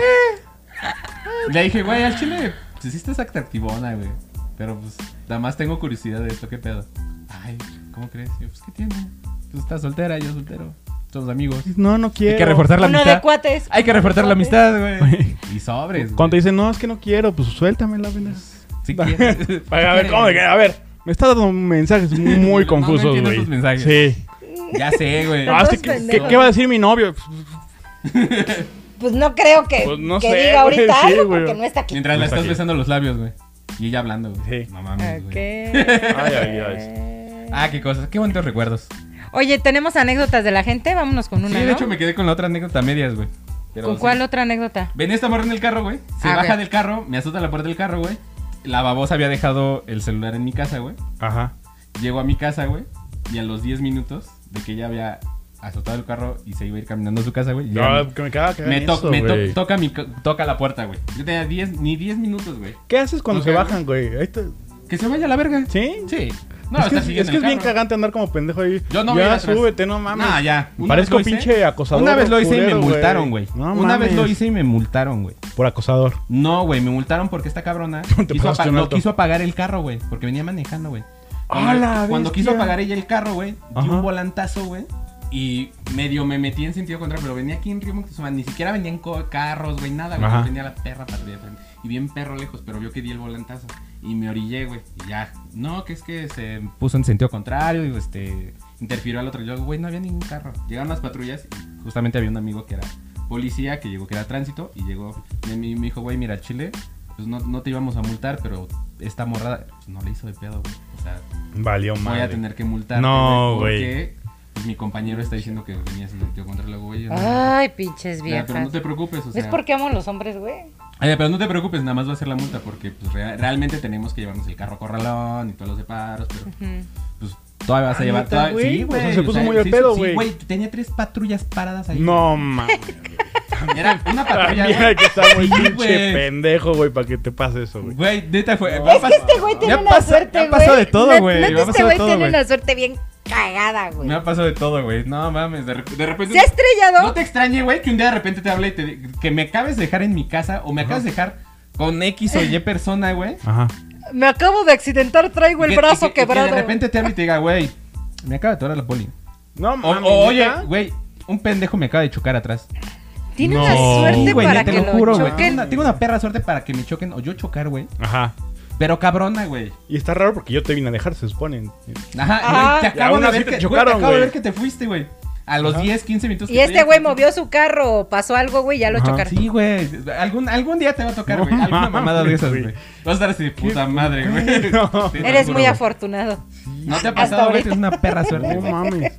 le dije, güey, al chile, pues sí estás atractivona, güey. Pero pues, nada más tengo curiosidad de esto, ¿qué pedo? Ay, ¿cómo crees? Y yo, pues, ¿qué tiene? Tú estás soltera, yo soltero. Somos amigos.
No, no quiero.
Hay que reforzar la
Uno
amistad.
de cuates.
Hay que
uno de
reforzar la
cuates.
amistad, güey. Y sobres, güey.
Cuando te dicen, no, es que no quiero, pues suéltamela, apenas.
Si quieres.
A ver, ¿cómo de que? A ver, me está dando mensajes muy confusos,
entiendo
güey.
tus mensajes.
Sí.
Ya sé, güey.
No, es que,
Todos
¿qué,
pendejos.
qué va a decir mi novio?
Pues no creo que,
Pues no
que
sé,
diga
güey,
ahorita
sí,
algo
güey.
porque no está aquí.
Mientras le
Está
estás
aquí.
besando los labios, güey. Y ella hablando, güey.
Sí.
No mames,
Ok.
güey.
Ay, ay, ay.
Ah, qué cosas. Qué bonitos recuerdos.
Oye, tenemos anécdotas de la gente. Vámonos con una,
Sí, de
¿no?
hecho me quedé con la otra anécdota a medias, güey. Pero
¿Con
sí.
cuál otra anécdota?
Venía esta morra en el carro, güey. Se
Ah,
baja
ok.
del carro, me azota la puerta del carro, güey. La babosa había dejado el celular en mi casa, güey.
Ajá.
Llego a mi casa, güey. Y a los 10 minutos de que ella había azotado el carro y se iba a ir caminando a su casa, güey. llega
No, que me caga que
me
hagan
to-
eso,
me to-
güey.
toca la puerta, güey. Yo tenía ni 10 minutos, güey.
¿Qué haces cuando
Ok,
se
güey.
bajan, güey? Ahí te-
Que se vaya a la verga.
¿Sí?
Sí. No,
es que,
está
es
siguiendo
que es
el
bien
carro.
cagante andar como pendejo ahí.
Yo no voy
ya,
atrás.
súbete, no mames.
Nah, ya. Una
Parezco
vez lo hice.
pinche acosador.
Una vez lo hice y me
culero,
multaron, güey.
No
Una vez lo
mames.
hice y me multaron, güey.
Por acosador.
No, güey, me multaron porque esta cabrona
Te pasaste un
no
alto.
quiso apagar el carro, güey, porque venía manejando, güey.
¡A la
Cuando
bestia!
quiso apagar ella el carro, güey, di
Ajá.
un volantazo, güey. Y medio me metí en sentido contrario, pero venía aquí en Río Moctezuma, ni siquiera venían carros, güey, nada, güey.
Ajá.
Venía la perra para de frente. Y bien perro lejos, pero vio que di el volantazo. Y me orillé, güey. Y ya, no, que es que se puso en sentido contrario y interfirió al otro. Yo, güey, no había ningún carro. Llegaron las patrullas y justamente había un amigo que era policía, que llegó, que era tránsito. Y llegó, y me dijo, güey, mira, Chile, pues no te íbamos a multar, pero esta morra pues, no le hizo de pedo, güey. O sea,
Valió
voy
madre.
a tener que multarte,
No,
porque pues, mi compañero está diciendo que venías en sentido contrario, güey. Yo no-
Ay, pinches
Ya,
viejas.
pero no te preocupes, o sea.
¿Ves por qué amo a los hombres, güey?
Pero no te preocupes, nada más va a ser la multa porque pues, realmente tenemos que llevarnos el carro a corralón y todos los separos, pero pues todavía vas a
Ah,
llevar.
¿neta,
Todavía,
güey?
sí,
O
güey.
sea, se puso muy al pedo, güey.
Sí, güey, tenía 3 patrullas paradas ahí.
No, mames.
Era una patrulla,
Mira
güey.
que está muy
Sí,
pinche
güey.
pendejo, güey, para que te pase eso, güey.
Güey, neta fue.
Es que este güey tiene una suerte,
Me
güey.
ha pasado de todo, güey.
Neta,
Me ha
este
pasado
güey
de todo,
tiene
güey.
una suerte bien cagada, güey.
Me ha pasado de todo, güey. No mames, de repente.
¿Se ha estrellado?
No te extrañe, güey, que un día de repente te hable y que me acabes de dejar en mi casa o me acabas de dejar con X o Y persona, güey.
Ajá.
Me acabo de accidentar, traigo el
Que-
brazo
que
quebrado.
de repente te hable y te diga, güey, me acaba de atorar la poli.
No,
O,
mames.
oye,
¿neta?
güey, un pendejo me acaba de chocar atrás.
Tiene
No.
una suerte
Sí, güey,
para
te
que
lo
lo
juro, güey.
choquen.
Tengo una perra suerte para que me choquen o yo chocar, güey.
Ajá.
Pero cabrona, güey.
Y está raro porque yo te vine a dejar, se supone.
Ajá,
Ajá.
güey, te
Y
acabo
aún
de
así
ver
te
que
chocaron,
te acabo de
güey.
ver que te fuiste, güey. A los
Ajá.
10, 15 minutos.
Y
que
este
estoy
güey
aquí.
movió su carro, pasó algo, güey, ya lo
Ajá.
chocaron.
Sí, güey. Algún día te va a tocar,
No
güey. Alguna
mames,
mamada de esas,
güey.
güey. Vas a estar así de puta madre, güey.
No.
Sí, te
Eres
lo
muy
juro,
afortunado.
güey. No te ha
Hasta
pasado, güey.
ahorita.
Tienes una perra suerte,
No
güey.
mames.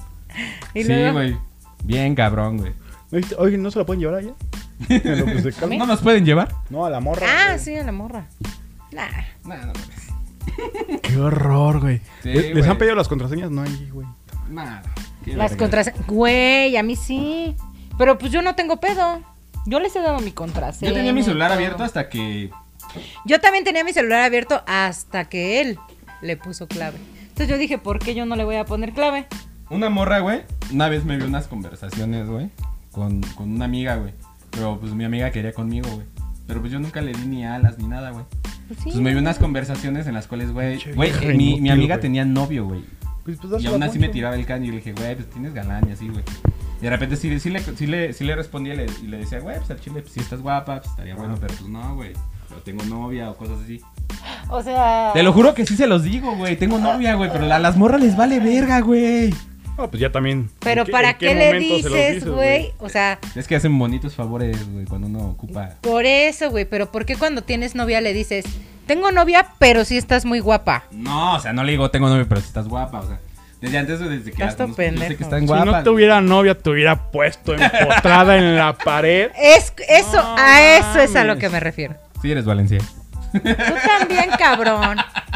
Y
Sí,
luego-
güey. Bien cabrón, güey.
¿No viste? Oye, ¿no se la pueden llevar allá? En lo que se calma.
¿No nos pueden llevar?
No, a la morra.
Ah,
güey.
sí, a la morra. Nah.
No, no, no.
Qué horror, güey.
Sí,
¿Les
güey.
han pedido las contraseñas? No hay, güey.
Nada. Qué
Las
verga.
contraseñas. Güey, a mí sí. Pero pues yo no tengo pedo. Yo les he dado mi contraseña.
Yo tenía mi celular
todo.
abierto hasta que.
Yo también tenía mi celular abierto hasta que él le puso clave. Entonces yo dije, ¿por qué yo no le voy a poner clave?
Una morra, güey. Una vez me vio unas conversaciones, güey. Con una amiga, güey. Pero pues mi amiga quería conmigo, güey. Pero pues yo nunca le di ni alas ni nada, güey.
Pues sí.
Pues me vio unas conversaciones en las cuales, güey.
Pinche
Güey,
vieja
mi
inútil,
amiga
güey.
tenía novio, güey.
Pues,
Y
dársela
aún
a
así me
Poncho.
tiraba el caño y le dije, güey, pues tienes galán y así, güey. Y de repente sí le respondía y le decía, güey, pues al chile, pues si estás guapa, pues estaría bueno, pero pues no, güey. Pero tengo novia o cosas así.
O sea.
Te lo juro que sí se los digo, güey. Tengo novia, güey, pero a las morras les vale verga, güey.
Ah, pues ya también.
Pero
¿En
¿para
en
qué le
momento se los
dices, güey? O sea,
Es que hacen bonitos favores, güey, cuando uno ocupa.
por eso, güey. Pero ¿por qué cuando tienes novia le dices, tengo novia, pero sí estás muy guapa?
No, o sea, no le digo tengo novia, pero si estás guapa, o sea. Desde antes, desde que
Estás todo
yo sé
pendejo.
que están
Si
guapas.
no tuviera novia, te hubiera puesto empotrada en la pared.
Eso,
No
a eso es a lo
mames.
que me refiero.
Sí, eres Valencia.
Tú también, cabrón.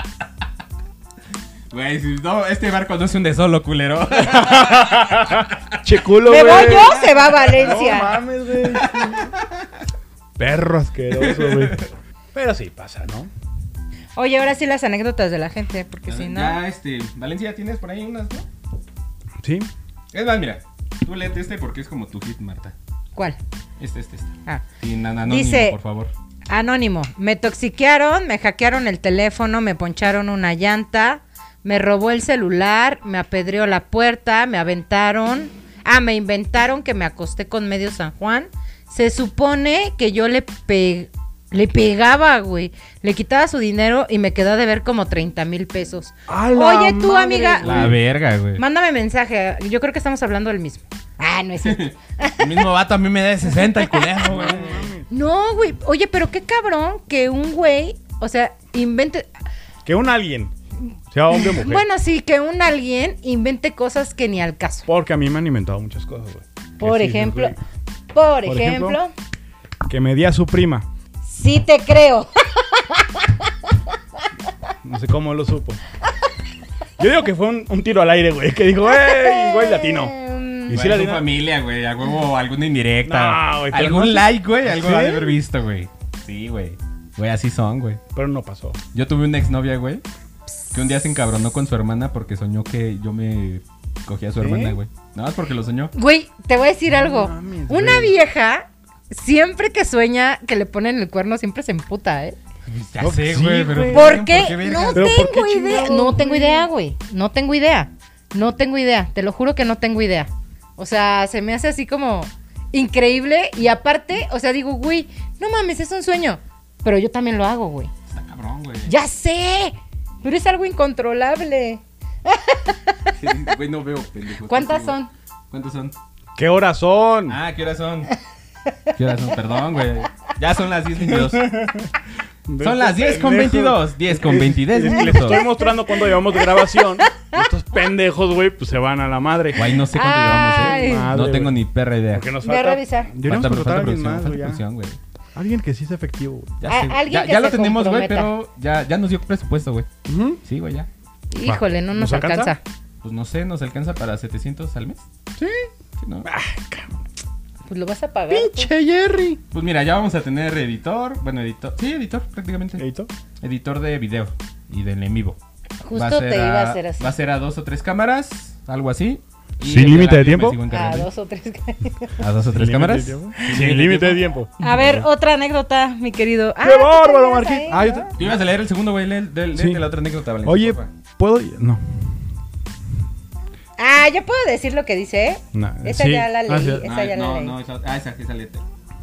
Güey, si no, este barco no es un de solo, culero.
Che culo,
¿Me
güey.
voy yo? Se va a
No
Valencia.
mames, güey. Perro asqueroso, güey. Pero sí pasa, ¿no?
Oye, ahora sí las anécdotas de la gente, porque si no.
Ya, Valencia, ¿tienes por ahí unas, no?
Sí.
Es más, mira, tú léete porque es como tu hit, Marta.
¿Cuál?
Este.
Ah.
Sin anónimo,
Dice-
por favor.
Anónimo. Me toxiquearon, me hackearon el teléfono, me poncharon una llanta, me robó el celular, me apedreó la puerta, me aventaron. Ah, me inventaron que me acosté con medio San Juan. Se supone que yo le pegaba, güey. Le quitaba su dinero y me quedó a deber como 30,000 pesos.
¡A la
Oye, tú,
madre,
amiga.
güey!
La verga, güey.
Mándame mensaje. Yo creo que estamos hablando del mismo. Ah, no es cierto.
El mismo vato a mí me da 60 el culero, güey.
No, güey. Oye, pero qué cabrón que un güey, o sea, invente.
Que un alguien, sea hombre o mujer.
Bueno, sí, que un alguien invente cosas que ni al caso.
Porque a mí me han inventado muchas cosas, güey.
Por
Que sí,
ejemplo,
güey.
por
ejemplo,
ejemplo,
Que me di a su prima.
sí te creo.
No sé cómo lo supo. Yo digo que fue un tiro al aire, güey. Que dijo, ¡ey! Güey, latino. Y
Y
sí
si
la
tu
tina-
familia, güey. A huevo, alguna indirecta.
No, güey, pero
Algún
no-
like, güey. Algo
¿Sí?
ha de haber visto, güey. Sí, güey. Güey, así son, güey.
Pero no pasó.
Yo tuve una exnovia, güey. Que un día se encabronó con su hermana porque soñó que yo me cogía a su
¿Sí?
hermana, güey. Nada más porque lo soñó.
Güey, te voy a decir algo.
mames,
Una
güey.
vieja siempre que sueña que le ponen el cuerno, siempre se emputa, ¿eh?
Ya
No,
sé,
sí,
güey, pero
güey.
¿Por qué?
verga?
No
¿Pero por
tengo
qué
idea.
chingados,
No tengo
güey?
idea, güey. No tengo idea. No tengo idea. Te lo juro que no tengo idea. O sea, se me hace así como increíble. Y aparte, o sea, digo, güey, no mames, es un sueño. Pero yo también lo hago, güey.
Está cabrón, güey.
¡Ya sé! Pero es algo incontrolable.
Güey, no veo, pendejo.
¿Cuántas
Sí, güey.
son?
¿Cuántas son?
¿Qué horas son?
Ah, ¿qué horas son? ¿Qué horas son? Perdón, güey. Ya son las 10:22. Son las 10:22. 10:22
Les
minutos.
estoy mostrando cuando llevamos de grabación. Estos pendejos, güey, pues se van a la madre.
Güey, no sé cuánto
Ay.
llevamos,
Madre,
no tengo
güey.
ni perra idea.
Porque nos
Voy a
falta...
revisar.
Deberíamos
Falta
contratar a alguien
producción,
más,
falta
güey, ya.
producción, güey.
Alguien que sí sea efectivo, güey.
Ya,
Ah,
sé.
alguien que
Ya
se
lo tenemos, güey,
comprometa.
pero ya nos dio presupuesto, güey.
Ujú.
Sí, güey, ya.
Híjole, no nos
¿Nos alcanza?
alcanza.
Pues no sé, ¿nos alcanza para 700 al mes?
Sí.
Sí, ¿no?
Pues lo vas a pagar. tú.
Pinche Jerry.
Pues mira, ya vamos a tener editor. Bueno, editor. Sí, editor, prácticamente.
¿Edito?
Editor de video y del en vivo.
Justo te iba a hacer así.
Va a ser a 2 o 3 cámaras, algo así. Y
¿Sin
el
límite de
audio me
tiempo?
sigo
A
encargando.
2 o 3.
¿A 2 o 3
¿Sin
cámaras?
límite de tiempo? Sin límite de tiempo.
A ver, otra anécdota, mi querido.
¡Qué bárbaro,
tú
Marquín!
tenías
Ah,
ahí,
yo
¿no?
Tú ibas a leer el segundo, güey, lee
Sí.
de la otra anécdota, Valentín.
Oye,
porfa.
¿puedo? No.
Ah, yo puedo decir lo que dice, ¿eh?
No,
Esa
sí.
ya la leí.
Ah, sí.
Esa ya la
no,
leí.
no, esa léete.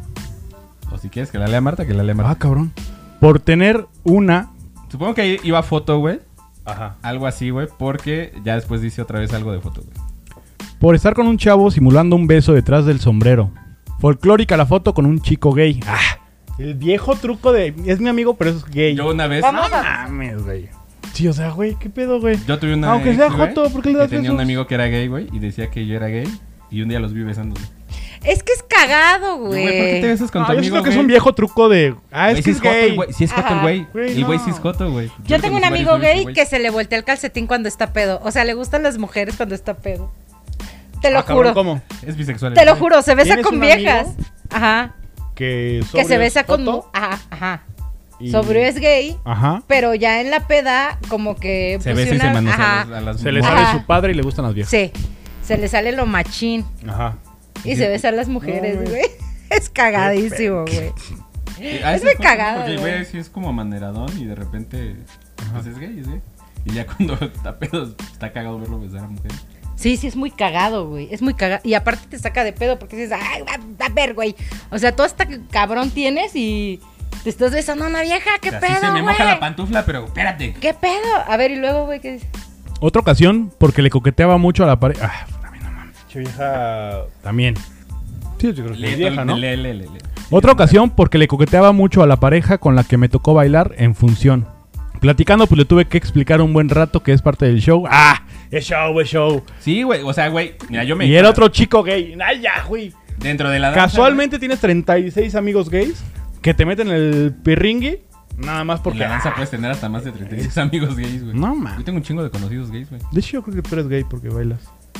O si quieres que la lea Marta, que la lea Marta.
Ah, cabrón. Por tener una...
Supongo que iba foto, güey.
Ajá.
Algo así, güey, porque ya después dice otra vez algo de foto, güey.
Por estar con un chavo simulando un beso detrás del sombrero. Folclórica la foto con un chico gay. Ah, el viejo truco de... Es mi amigo, pero es gay.
Yo una vez...
Vamos
No
a...
mames, güey. Sí, o sea, güey, ¿qué pedo, güey?
Yo tuve una
Aunque
ex,
sea
güey,
joto, ¿por qué le
que
das
tenía
besos?
un amigo que era gay, güey, y decía que yo era gay. Y un día los vi besándose.
Es que es cagado,
Güey, ¿por qué te
güey.
besas con
No,
tu
yo
amigo,
siento que es
güey?
un viejo truco de... Ah, es
Güey,
que
sí
es
joto el
gay.
güey. Sí es joto el
Ajá.
güey.
Güey,
El güey
no.
sí es joto, güey.
Yo tengo un
conocí
amigo
varios
gay
güey.
que se le voltea el calcetín cuando está pedo. O sea, le gustan las mujeres cuando está pedo. Te lo
Ah, cabrón,
juro.
¿cómo?
Es bisexual. el
Te lo
güey.
juro, se besa
¿Tienes
con
un
viejas.
amigo?
Ajá.
Que,
Que
sobrio
se
es
besa con...
joto
Ajá, ajá.
y-
Sobrio es gay,
Ajá.
pero ya en la peda como que...
Se
pues,
besa y se
una-
manosea
ajá.
a las
Se le
mujeres.
sale
Ajá.
su padre y le gustan las viejas.
Sí, se le sale lo machín
Ajá.
y se besa a las mujeres,
No, güey.
güey. Es cagadísimo, güey.
A
Es
ese
muy
joto,
cagado,
Porque el
güey.
güey sí es como maneradón y de repente... Pues es gay, es gay. Y ya cuando está pedo, está cagado verlo besar a mujeres.
Sí, sí, es muy cagado, güey. Es muy cagado. Y aparte te saca de pedo porque dices, ay, a ver, güey. O sea, todo este cabrón tienes y te estás besando a una vieja. ¿Qué
O sea, sí
pedo,
se me moja
güey?
la pantufla, pero espérate.
¿Qué pedo? A ver, y luego, güey, ¿qué dices?
Otra ocasión, porque le coqueteaba mucho a la pareja. Ah, también no mames. Che vieja. También. Sí, yo creo que es vieja, ¿no?
Lee.
Otra ocasión, porque le coqueteaba mucho a la pareja con la que me tocó bailar en función. Platicando, pues le tuve que explicar un buen rato que es parte del show. ¡Ah! Es show, es show.
Sí, güey, o sea, güey, mira, yo me...
Y era otro chico gay. ¡Ay, ya, güey!
Dentro de la danza,
Casualmente tienes 36 amigos gays que te meten el pirringui. Nada más
güey,
porque.
en la danza puedes tener hasta más de 36 amigos gays, güey.
No, man.
Yo tengo un chingo de conocidos gays, güey.
De hecho, yo creo que tú eres gay porque bailas.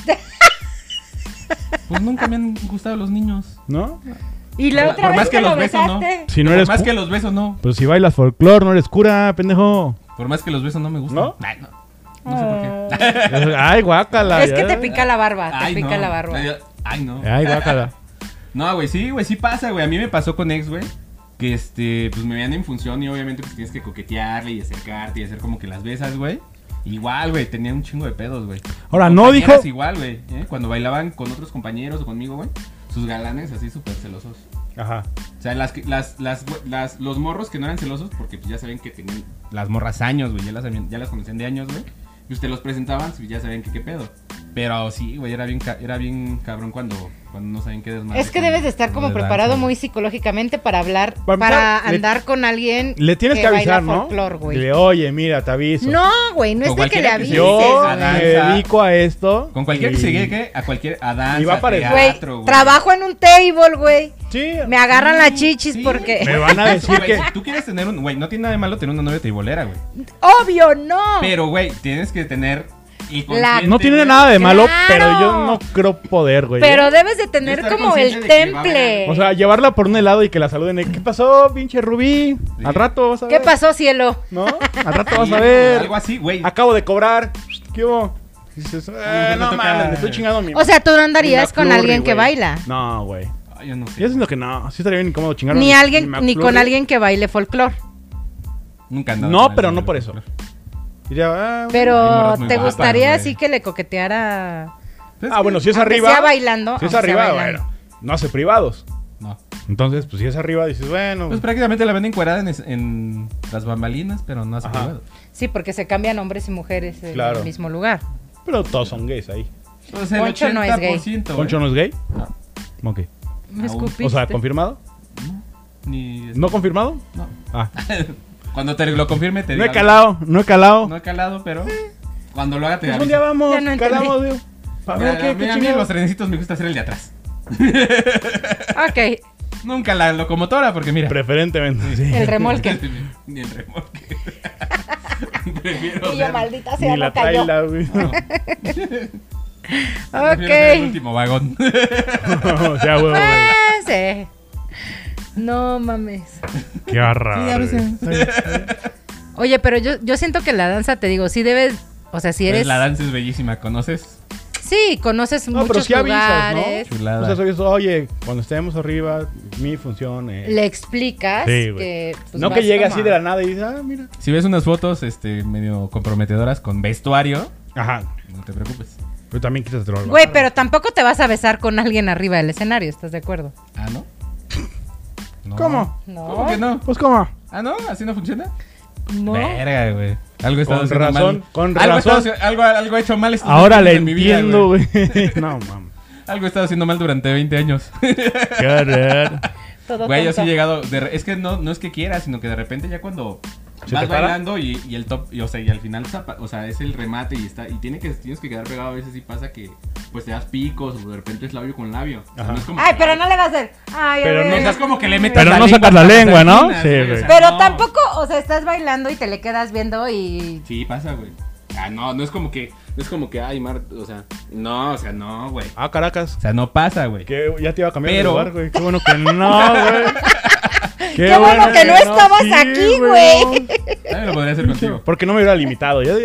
Pues nunca me han gustado los niños.
¿No?
Y la
Por-
otra
por
vez
más que
que lo
los beso, ¿no?
besaste.
Si no
Por
eres.
más que los besos, no.
Pero si bailas folclore, no eres cura, pendejo.
Por más que los besos, no me gustan.
¿No?
Ay, no. No sé por qué.
Ay, guácala.
Es que
ya.
te pica la barba, te
Ay,
pica
no.
la barba.
Ay, no.
Ay, guácala.
No, güey, sí pasa, güey. A mí me pasó con ex, güey. Que pues me veían en función y obviamente pues tienes que coquetearle y acercarte y hacer como que las besas, güey. Igual, güey, tenía un chingo de pedos, güey.
Ahora, no
Compañeras
dijo-
igual, güey. Cuando bailaban con otros compañeros o conmigo, güey. Sus galanes así súper celosos.
Ajá.
O sea, los morros que no eran celosos, porque pues ya saben que tenían las morras años, güey. Ya las conocían de años, güey. Y usted los presentaban, pues ya sabían que qué pedo. Pero sí, güey, era bien cabrón cuando no saben qué desmadre.
Es que debes de estar como
de
preparado
danza,
muy psicológicamente para hablar,
Para
para
empezar, le-
andar con alguien
Le tienes que avisar,
baila
¿no?
folclor, güey.
Dile, oye, mira, te aviso.
No, güey, no
Con
es de que le
cualquiera que se
avises,
Yo
a
me
danza.
güey.
dedico a esto.
Con cualquier que
y-
se llegue a danza,
Y va a aparecer.
Güey,
teatro, güey.
trabajo en un table, güey.
Sí.
Me agarran
Sí,
las chichis
sí.
porque...
Me van a decir
Güey,
que.
si tú quieres tener un... Güey, no tiene nada de malo tener una novia tribolera, güey.
Obvio, no.
Pero, güey, tienes que tener... el
La-
consciente,
No tiene
güey.
nada de malo,
Claro.
pero yo no creo poder, güey.
Pero debes de tener
estar
como
consciente
el
de que va a
temple.
O sea, llevarla por un helado y que la saluden. ¿Qué pasó, pinche Rubí?
Sí.
Al rato vas a ver.
¿Qué pasó, cielo?
¿No? Al rato vas
Sí,
a ver.
Algo así, güey.
Acabo de cobrar. ¿Qué hubo? Dices,
me
no
toca-
mames, me estoy chingando mi.
O sea, tú no andarías
mi
con
McFlurry,
alguien que
güey.
baila.
No, güey.
yo no sé.
Yo siento que no. Sí estaría bien incómodo chingarme.
Ni
mi
alguien, ni con
McFlurry.
alguien que baile folclore.
Nunca he andado
No,
con
pero
alguien
no
de
por
la
eso.
folclore.
Diría,
Hay
Pero
morras muy
¿te
guapas,
gustaría
güey.
así que le coqueteara?
Pues
Ah, bueno, si es
Aunque
arriba.
sea bailando,
Si es
aunque sea
arriba,
bailando.
bueno. No hace privados.
No.
Entonces, pues si es arriba, dices, bueno.
Pues prácticamente la ven encuerada en las bambalinas, pero no hace
Ajá.
privado.
Sí, porque se cambian hombres y mujeres en
Claro.
el mismo lugar.
Pero todos son gays ahí.
Pues el
Poncho no es gay.
80%, güey.
¿Poncho no es gay?
No.
Ok.
Me
Aún.
escupiste.
O sea, ¿confirmado?
Ni...
¿No confirmado?
No.
Ah.
Cuando te lo confirme te
No he
digo.
calado, no he calado.
No he calado, pero cuando lo haga te
Pues un
aviso.
día vamos,
Ya no entendí.
calamos, digo. Para ver
Mira,
qué
mira, a mí
chingados.
los trenecitos me gusta hacer el de atrás.
Ok,
Nunca la locomotora, porque mira.
Preferentemente, sí.
el remolque.
Ni el remolque. Prefiero
Y yo,
ser-
maldita sea,
Ni la
no cayó.
traila, güey.
No. Prefiero ser el
Ok.
último vagón.
O sea, huevo, güey.
Ah, sí. No mames.
Qué barra.
Sí, a veces.
Oye, pero yo siento que la danza, te digo, sí debes, o sea, si eres...
Pues la danza es bellísima, ¿conoces?
Sí, conoces
No, pero
muchos
sí avisas,
lugares.
¿no?
Chulada.
O sea, soy eso, oye, cuando estemos arriba, mi función es...
Le explicas
Sí, güey.
que... pues,
no
vas
que llegue
como
así
a-
de la nada y dices, ah, mira.
Si ves unas fotos medio comprometedoras con vestuario,
Ajá.
no te preocupes.
Pero también quítatelo al
Güey,
bajar.
pero tampoco te vas a besar con alguien arriba del escenario, ¿estás de acuerdo?
¿Ah, no? No.
¿Cómo?
No.
¿Cómo que no?
Pues, ¿cómo?
¿Ah, no? ¿Así no funciona?
No.
Verga, güey. Algo he estado
Con
haciendo
razón,
mal.
con
algo he estado
razón.
algo he hecho mal estos
Ahora
20
le
años en mi vida,
entiendo, güey. No, mames.
Algo he estado haciendo mal durante 20 años.
Qué horror.
Todo
Güey, yo sí he
tonto.
llegado. Es que no es que quiera, sino que de repente ya cuando
¿Se
vas
te para?
bailando y el top, y, o sea, y al final, o sea, es el remate y está. Y tienes que quedar pegado. A veces sí pasa que pues te das picos o de repente es labio con labio. O sea,
Ajá.
no es como
Ay,
que-
pero no le vas a hacer. Ay,
Pero
a
no
ver.
O sea, es como que le metas
Pero
la
no
lengua
sacas la
hasta las
lengua, ¿no?
esquinas,
Sí,
güey,
güey.
o sea,
Pero
no.
tampoco, o sea, estás bailando y te le quedas viendo y...
Sí, pasa, güey. Ah, no es como que, ay, o sea, no, güey.
Ah, Caracas.
O sea, no pasa, güey.
Que ya te iba a cambiar
Pero-
de lugar, güey. Qué bueno que no, güey.
Qué bueno que no estabas aquí, güey.
También lo podría hacer contigo.
Porque no me hubiera limitado. Ya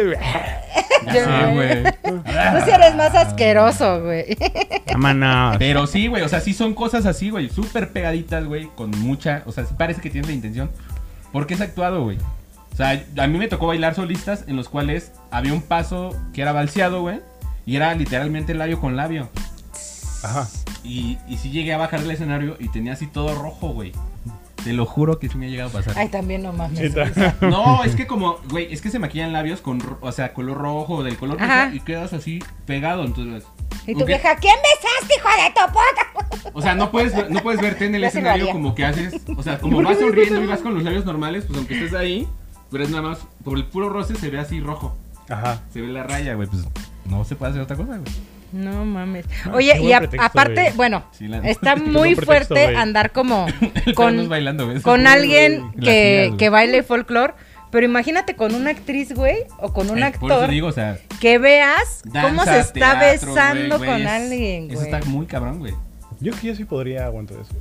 Ya sé, güey.
Tú sí eres más asqueroso, güey.
Amanas.
Pero sí, güey, o sea, sí son cosas así, güey, súper pegaditas, güey, con mucha, o sea, sí parece que tienes la intención. Porque es actuado, güey. O sea, a mí me tocó bailar solistas en los cuales había un paso que era balseado, güey, y era literalmente labio con labio.
Ajá.
Y sí llegué a bajar del escenario y tenía así todo rojo, güey. Te lo juro que sí me ha llegado a pasar.
Ay, también no mames.
Neta.
No, es que como, güey, es que se maquillan labios con, o sea, color rojo, del color que
Ajá.
sea, y quedas así pegado, entonces...
Y tu
aunque-
vieja, ¿quién besaste, hijo de tu puta?
O sea, no puedes verte en el
Ya se lo
escenario
haría.
como que haces, o sea, como vas sonriendo y vas con los labios normales, pues aunque estés ahí, pero es nada más, por el puro roce se ve así rojo,
Ajá.
se ve la raya, güey, pues no se puede hacer otra cosa, güey.
No mames.
No,
Oye,
qué
y
buen pretexto,
aparte,
güey.
bueno,
Sí, la-
está
qué
muy
buen pretexto,
fuerte
güey.
andar como
Estábamos
con,
bailando, güey.
con alguien
Las
que,
giras, güey.
que baile folclore. Pero imagínate con una actriz, güey, o con un
Por eso
actor
digo, o sea,
que veas cómo
danza,
se está
teatro,
besando
güey,
con
es-
alguien,
Eso
güey.
está muy cabrón, güey.
Yo que yo sí podría aguantar eso.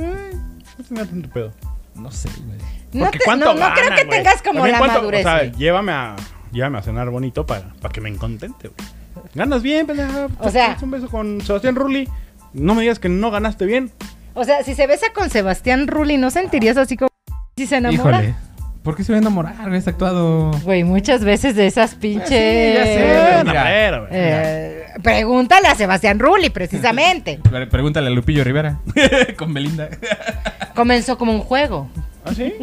No tenía tanto pedo.
No sé, güey.
No,
Porque
te-
¿cuánto
no, no creo
ganan,
que
güey?
tengas como
También
la
cuánto-
madurez.
O sea,
güey.
llévame a cenar bonito para que me contente, güey. Ganas bien, pendeja.
O sea-
Un beso con Sebastián Rulli. No me digas que no ganaste bien.
O sea, si se besa con Sebastián Rulli, ¿no sentirías así como si se enamora?
Híjole. ¿Por qué se va a enamorar, güey? Está actuado.
Güey, muchas veces de esas pinches...
Sí, ya sé,
Una
mira.
pera, güey.
Pregúntale a Sebastián Rulli, precisamente.
Pregúntale a Lupillo Rivera. Con Belinda.
Comenzó como un juego.
¿Ah, sí?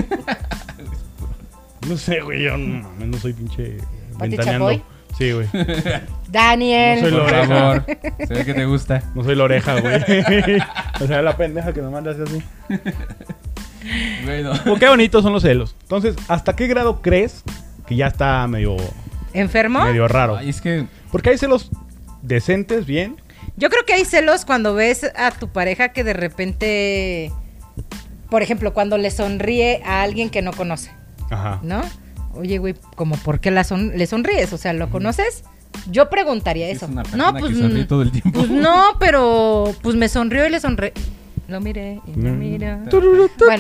No sé, güey. Yo no soy pinche
¿Pati
ventaneando.
Chapoy?
Sí, güey.
Daniel.
No soy
Por
Loreja.
favor. Se ve que te gusta.
No soy la oreja, güey. O sea, la pendeja que me mandas así.
Bueno.
Oh, qué bonitos son los celos. Entonces, ¿hasta qué grado crees que ya está medio
¿Enfermo?
raro?
Ay, es que.
Porque hay celos decentes, bien.
Yo creo que hay celos cuando ves a tu pareja que de repente, por ejemplo, cuando le sonríe a alguien que no conoce,
Ajá.
¿no? Oye, güey, como ¿por qué le sonríes? O sea, ¿lo conoces? Yo preguntaría
Es
eso.
una persona
No, pues,
que sonríe todo el tiempo.
pues no, pero pues me sonrió y le sonrió. Lo miré y me mira. Bueno,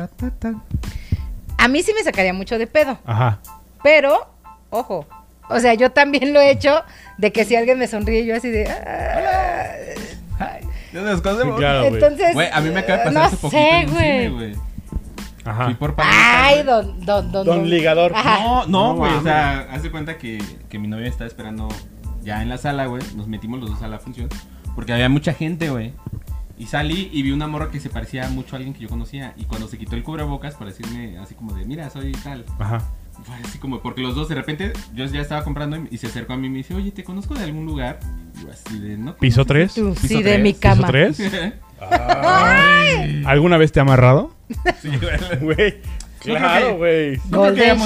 a mí sí me sacaría mucho de pedo,
Ajá.
pero, ojo, o sea, yo también lo he hecho de que si alguien me sonríe, yo así de... "Ah".
Ya nos conocemos.
Claro, güey.
Entonces,
Güey, a mí me acaba de pasar
no
hace poquito
sé,
en un cine, güey.
Ajá.
Fui por palomitas,
Ay,
güey.
Don Ligador.
Ajá.
No,
No
güey, o
mames.
sea, haz de cuenta que mi novia estaba esperando ya en la sala, güey. Nos metimos los dos a la función porque había mucha gente, güey. Y salí y vi una morra que se parecía mucho a alguien que yo conocía. Y cuando se quitó el cubrebocas para decirme así como de, mira, soy tal.
Ajá.
Fue así como, porque los dos de repente, yo ya estaba comprando y se acercó a mí y me dice, oye, ¿te conozco de algún lugar? Y yo así de, ¿no?
¿Piso 3?
Tú,
Piso
sí, de
tres.
mi
¿Piso
cama.
3?
Ay.
¿Alguna vez te ha amarrado?
Sí, güey.
Güey.
Yo creo
Claro,
que-
güey.
No creo que
Golden
hayamos...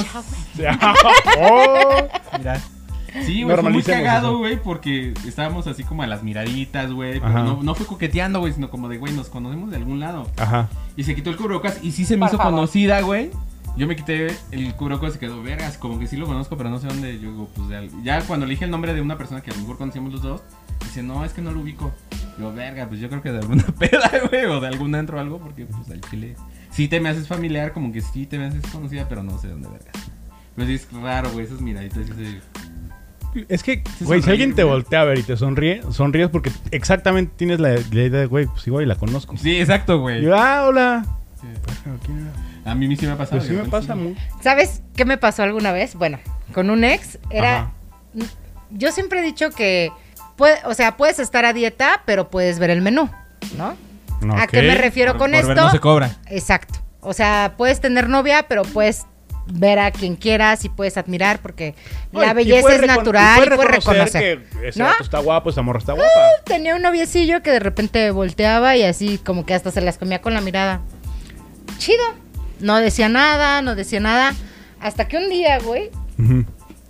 Oh.
Mira. Sí, güey, fue muy
Normalicemos
cagado,
eso.
güey, porque estábamos así como a las miraditas, güey.
Ajá.
No fue coqueteando, güey, sino como de, güey, nos conocemos de algún lado.
Ajá.
Y se quitó el cubrebocas y sí se me
Por
hizo
favor.
conocida, güey. Yo me quité el cubrebocas y se quedó, vergas, como que sí lo conozco, pero no sé dónde. Yo digo, pues ya cuando le dije el nombre de una persona que a lo mejor conocíamos los dos, dice, no, es que no lo ubico. Yo, verga, pues yo creo que de alguna peda, güey, o de algún antro o algo, porque pues al chile sí te me haces familiar, como que sí te me haces conocida, pero no sé dónde, verga. Pues sí es raro, güey, esas miraditas y ese...
Es que,
Sí,
güey, si
sonreír,
alguien te
güey.
voltea a ver y te sonríes porque exactamente tienes la idea de, güey, pues igual y la conozco.
Sí, exacto, güey.
Y yo, hola.
Sí.
¿Quién era?
A mí sí me ha pasado.
Pues sí
de
me
repente
pasa
sí.
mucho.
¿Sabes qué me pasó alguna vez? Bueno, con un ex era...
Ajá.
Yo siempre he dicho que, o sea, puedes estar a dieta, pero puedes ver el menú, ¿no? ¿A
Ok.
qué me refiero con
Por
esto?
ver no se cobra.
Exacto. O sea, puedes tener novia, pero puedes ver a quien quieras y puedes admirar porque
Oye,
la
y
belleza
puedes
es natural y puedes
reconocer
reconocer.
que ese
¿no?
vato está guapo, esa morra está guapa.
Tenía un noviecillo que de repente volteaba y así como que hasta se las comía con la mirada. Chido. No decía nada, no decía nada. Hasta que un día, güey,
Ujú.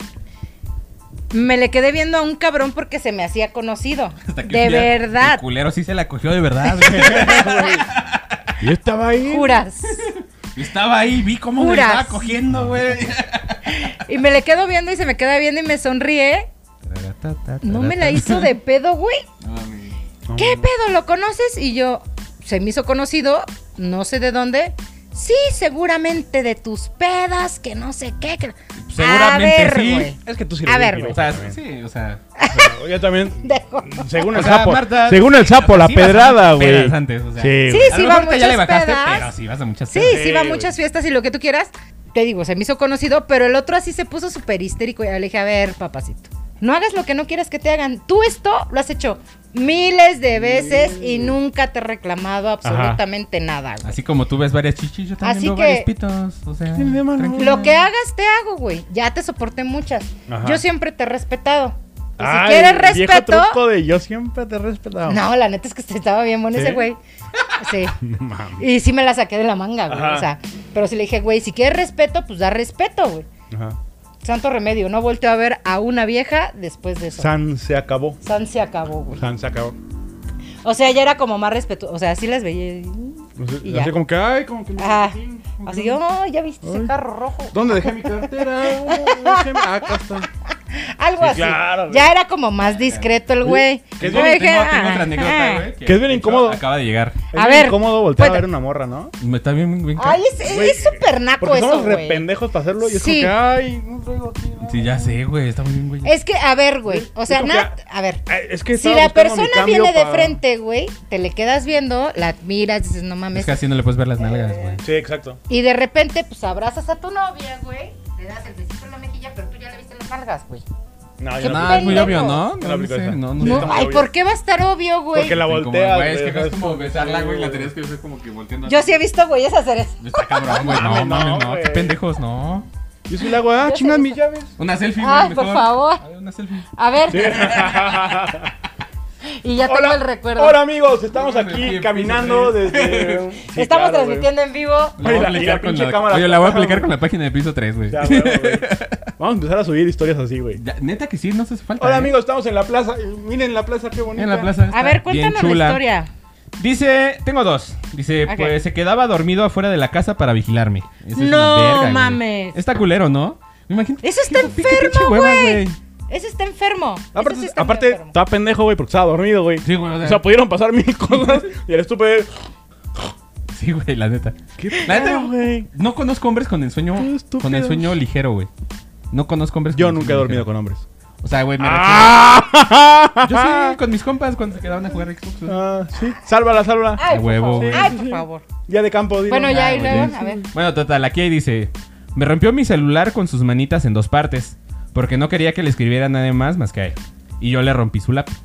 me le quedé viendo a un cabrón porque se me hacía conocido.
Hasta que
De
un día
verdad.
El culero sí se la cogió de verdad, güey.
Yo estaba ahí.
Juras.
Yo estaba ahí, vi cómo me
Juras.
estaba cogiendo, güey.
Y me le quedo viendo y se me queda viendo y me sonríe. No me la hizo de pedo, güey.
No, mames.
¿Qué pedo? ¿Lo conoces? Y yo, se me hizo conocido, no sé de dónde. Sí, seguramente de tus pedas, que no sé qué.
Seguramente
A ver,
sí.
güey.
Es que tú sí
A
eres
ver,
bien
O
piropo
sea,
también.
sí, o sea.
Yo también.
Dejo.
Según el
O sea,
sapo.
Marta,
según el sapo,
o sea,
la
sí vas a
pedrada,
muchas
güey.
pedas antes, o sea.
Sí,
Sí,
güey.
A
sí,
lo
va a
mejor ahorita ya le
muchas
bajaste,
pedas.
pero sí vas a muchas
Sí,
pedas.
sí, va a
güey.
muchas fiestas y lo que tú quieras. Te digo, se me hizo conocido, pero el otro así se puso súper histérico. Y le dije, a ver, papacito, no hagas lo que no quieras que te hagan. Tú esto lo has hecho miles de veces y nunca te he reclamado absolutamente nada, güey.
Así como tú ves varias chichis, yo también
Así
veo
que-
varios pitos. O sea,
Sí, mi hermano.
tranquila.
Lo que hagas te hago, güey. Ya te soporté muchas.
Ajá.
Yo siempre te he respetado. Y si
Ay,
quieres
viejo
respeto...
truco de yo siempre te he respetado.
No, la neta es que estaba bien bueno
¿Sí?
ese güey. Sí.
No mames.
Y sí me la saqué de la manga, güey.
Ajá.
O sea, pero si le dije, güey, si quieres respeto, pues da respeto, güey.
Ajá.
Santo remedio. No volteo a ver a una vieja después de eso.
San se acabó.
San se acabó, güey.
San se acabó.
O sea, ya era como más respeto. O sea, sí las veía. Y ya.
Así como que, ay, como que.
Ajá.
como que
Así,
no.
oh, ya viste ese
Ay.
carro rojo.
¿Dónde dejé mi cartera? Acá está.
Algo
Sí,
así.
claro, güey.
Ya era como más discreto el güey.
Que es
Yo
bien-
dije,
Tengo otra anécdota, güey.
Que es bien
de hecho,
incómodo.
Acaba de llegar.
Es
A
bien
ver,
incómodo voltear a
cuenta.
ver una morra, ¿no?
Me está bien
Ay,
Güey,
es súper naco
Porque
eso,
somos re
güey.
pendejos para hacerlo y es
Sí.
como que, ay, no traigo aquí. no.
Sí, ya sé, güey. Está muy bien, güey.
Es que, a ver, güey. O sea,
Es como que-
a ver.
Es que
Si
estaba
la
buscando mi
persona
cambio
viene de
pa-
frente, güey, te le quedas viendo, la admiras, dices, no mames.
Es que así no le puedes ver las nalgas, güey.
Sí, exacto.
Y de repente, pues abrazas a tu novia, güey. Le das el besito en la mejilla, pero tú ya le viste las nalgas, güey.
No,
Qué
yo no.
No, es muy
pendejo.
obvio, ¿no?
No aplico
sé,
esa.
no,
Sí,
no.
No,
está muy
ay,
obvio.
¿por qué va a estar obvio, güey?
Porque la
Como,
volteas.
güey, es que
güey,
es como
¿sabes?
besarla, güey. La
Sí,
tenías que besar como que volteando.
Yo sí he visto güeyes hacer eso.
Está cabrón, güey. No,
No,
mames, no.
güey.
Qué pendejos, no.
Yo sí le hago,
Yo
chingas
sé
mis
eso.
llaves.
Una selfie, güey.
Ay,
mejor.
por favor.
A ver, una selfie.
A ver,
Sí.
y ya tengo el recuerdo.
Hola amigos, estamos
Aquí
aquí
en
caminando
piso
desde... Sí,
Estamos
claro,
transmitiendo en vivo.
La voy
Oye,
a
la
aplicar con
pinche
la...
cámara
Oye, la voy a
está-
aplicar con la página de piso 3, güey.
güey. Ya, huevo, güey. Vamos a empezar a subir historias así, güey.
Ya, neta que sí, no hace falta.
Hola
¿eh?
amigos, estamos en la plaza. Miren la plaza, qué bonita.
En la plaza.
A
está
ver,
bien
cuéntanos la
chula.
historia.
Dice, tengo dos. Dice,
Ok.
pues se quedaba dormido afuera de la casa para vigilarme. Esa es
No
una verga, güey.
mames.
Está culero, ¿no? Me imagino.
Eso está
qué pinche
enfermo,
hueva,
güey. Ese está enfermo. Ese sí
Aparte,
está muy
aparte
enfermo.
estaba pendejo, güey, porque estaba dormido, güey.
Sí, güey,
O sea, pudieron pasar mil cosas y el estúpido...
Sí, güey, la neta.
¿Qué
La neta,
pedo, güey?
no conozco hombres con el sueño
Qué estúpidos.
ligero, güey. No conozco hombres
Yo
con el
nunca he
sueño
dormido
ligero.
con hombres.
O sea, güey, me
¡Ah!
Yo sí, con mis compas cuando se quedaban a jugar Xbox, güey.
Sí. Sálvala.
Ay,
A huevo,
por
güey.
favor. Ay, por favor.
Día de campo, dilo.
Bueno, ya,
Ah,
y luego,
güey.
a ver.
Bueno, total, aquí ahí dice: me rompió mi celular con sus manitas en 2 partes. Porque no quería que le escribiera a nadie más que a él. Y yo le rompí su lápiz.